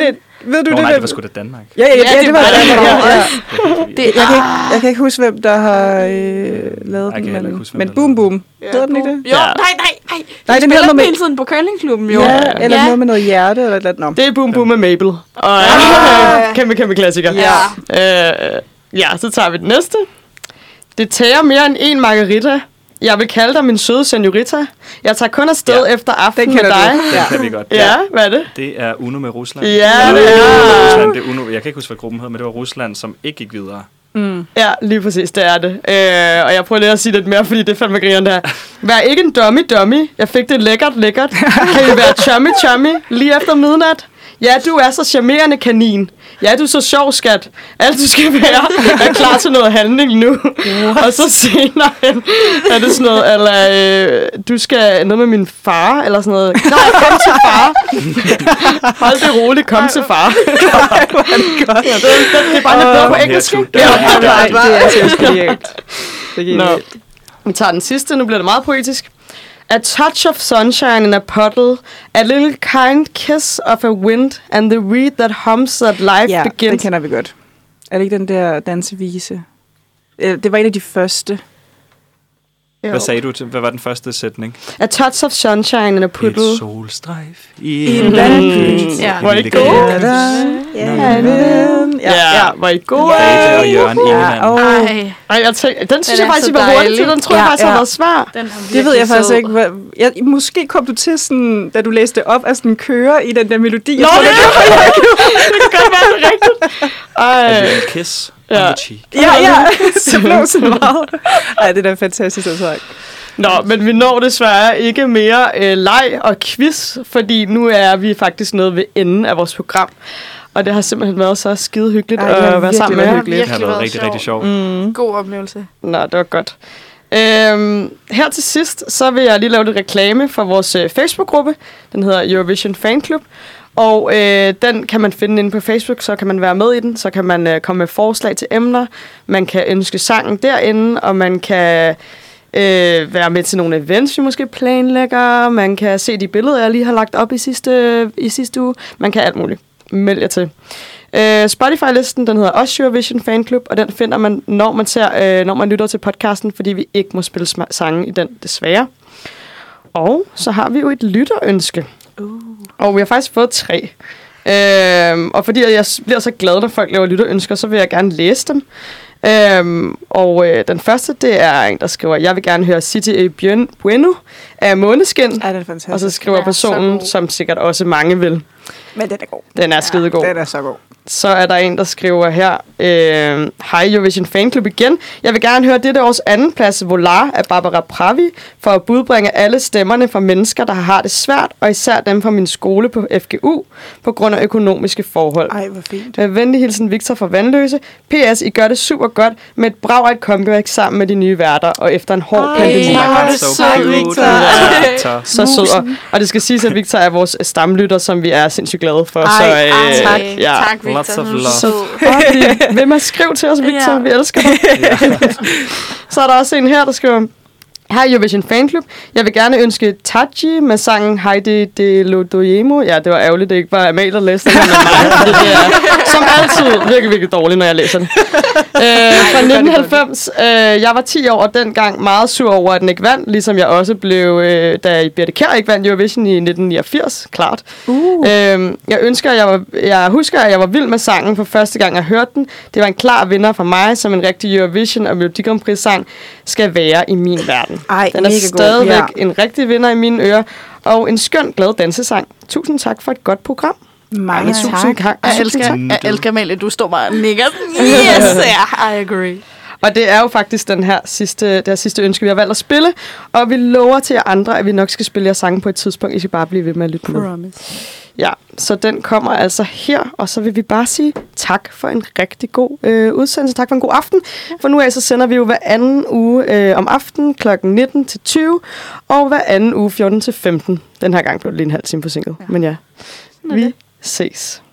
Ved du Nå, det? nej, det var sgu da Danmark. Ja, det var Det jeg kan ikke huske, hvem der har lavet kan heller ikke den, huske, hvem men der Boom Boom. Hedder den ikke det? Jo, Ja. nej. Nej, den hedder spiller noget med... hele tiden på curlingklubben, jo. Ja, eller Ja. noget med noget hjerte, eller et eller andet. Det er Boom Boom med Mabel. Og kæmpe klassiker. Ja, så tager vi den næste. Det tager mere end en margarita. Jeg vil kalde dig min søde senorita. Jeg tager kun afsted efter aften med dig. Den kan vi godt. Ja, hvad er det? Det er Uno med Rusland. Ja, det det er. Rusland, det er Uno. Jeg kan ikke huske, hvad gruppen hed, men det var Rusland, som ikke gik videre. Ja, lige præcis, det er det. Og jeg prøver lige at sige lidt mere, fordi det er fandme griner der. Vær ikke en dummy. Jeg fik det lækkert. Kan vi være chummy lige efter midnat? Ja, du er så charmerende kanin. Ja, du er så sjov, skat. Alt du skal være er klar til noget handling nu. Og så senere er det sådan noget, eller du skal noget med min far, eller sådan noget. Nej, kom til far. Hold det roligt, kom til far. Det er bare lidt bedre på engelsk. Det er seriøst genialt. Vi tager den sidste, nu bliver det meget poetisk. A touch of sunshine in a puddle, a little kind kiss of a wind, and the reed that hums that life Ja, begins. det kender vi godt. Er det ikke den der dansevise? Det var en af de første. Hvad sagde du til? Hvad var den første sætning? A touch of sunshine in a puddle. Et solstrejf i en vandpyt. Ja. Var I gode? Ja, var I gode? Grete og Jørgen Ingemann. Ej, jeg tænkte, den synes Den jeg er faktisk så var hurtigt dejlig. til. Den tror jeg faktisk har været svær. Det ved jeg faktisk ikke. Måske kom du til sådan, da du læste op, at sådan køre i den der melodi. Nå, det kan godt være det rigtigt. A little kiss on the cheek. Ja, det blev så meget. Ej, det er da fantastisk at sagt. Nå, men vi når desværre ikke mere leg og quiz, fordi nu er vi faktisk nået ved enden af vores program. Og det har simpelthen været så skide hyggeligt at være sammen med jer. Det har været rigtig sjovt. God oplevelse. Nå, det var godt. Her til sidst, så vil jeg lige lave lidt reklame for vores Facebook-gruppe. Den hedder Eurovision Fan Club. Og den kan man finde inde på Facebook, så kan man være med i den. Så kan man komme med forslag til emner. Man kan ønske sangen derinde, og man kan være med til nogle events, vi måske planlægger. Man kan se de billeder, jeg lige har lagt op i sidste uge. Man kan alt muligt. Meld jer til. Spotify-listen, den hedder også Eurovision Fan Club, og den finder man, når man lytter til podcasten, fordi vi ikke må spille sange i den, desværre. Og så har vi jo et lytterønske. Og vi har faktisk fået 3. Og fordi jeg bliver så glad, når folk laver lytterønsker, så vil jeg gerne læse dem. Den første, det er en, der skriver, jeg vil gerne høre City e Bueno af Måneskin. Ja, det er fantastisk. Og så skriver personen, som sikkert også mange vil. Men den er god. Den er skidegod. Den er så god. Så er der en, der skriver her, hej Eurovision Fan Club igen. Jeg vil gerne høre dette års andenplads Volar af Barbara Pravi, for at budbringe alle stemmerne fra mennesker, der har det svært, og især dem fra min skole på FGU, på grund af økonomiske forhold. Ej, hvor fint. Med venlig hilsen Victor fra Vandløse. PS, I gør det super godt med et brag af et comeback sammen med de nye værter, og efter en hård pandemi. Så sød. Og det skal siges, at Victor er vores stamlytter, som vi er sindssygt glade for. Tak. Ja. Tak, Victor. Lots of love. Hvem har skrevet til os, Victor? Vi elsker dig. Så er der også en her, der skriver, hej Eurovision Fan Club. Jeg vil gerne ønske Taji med sangen Heidi de Lodoyemo. Ja, det var ærgerligt, det ikke var Amalie, der læste den her med mig. Fordi det er som altid virkelig dårligt, når jeg læser den. Fra 1990. Jeg var 10 år, og dengang meget sur over, at den ikke vandt. Ligesom jeg også blev, da Birte Kjær ikke vandt Eurovision i 1989. Klart. Jeg husker, at jeg var vild med sangen for første gang, jeg hørte den. Det var en klar vinder for mig, som en rigtig Eurovision og Melodi Grand Prix sang skal være i min verden. Ej, den er stadigvæk en rigtig vinder i mine ører, og en skøn, glad dansesang. Tusind tak for et godt program. Mange tak. Jeg elsker Amalie, du står bare og nikker. Yes, I agree. Og det er jo faktisk det her sidste ønske, vi har valgt at spille. Og vi lover til jer andre, at vi nok skal spille jer sange på et tidspunkt. I skal bare blive ved med at lytte med. Promise. Ja, så den kommer altså her. Og så vil vi bare sige tak for en rigtig god udsendelse. Tak for en god aften. For nu af så sender vi jo hver anden uge om aftenen kl. 19 til 20. Og hver anden uge 14 til 15. Den her gang blev det lige en halv time forsinket. Ja. Men ja, vi ses.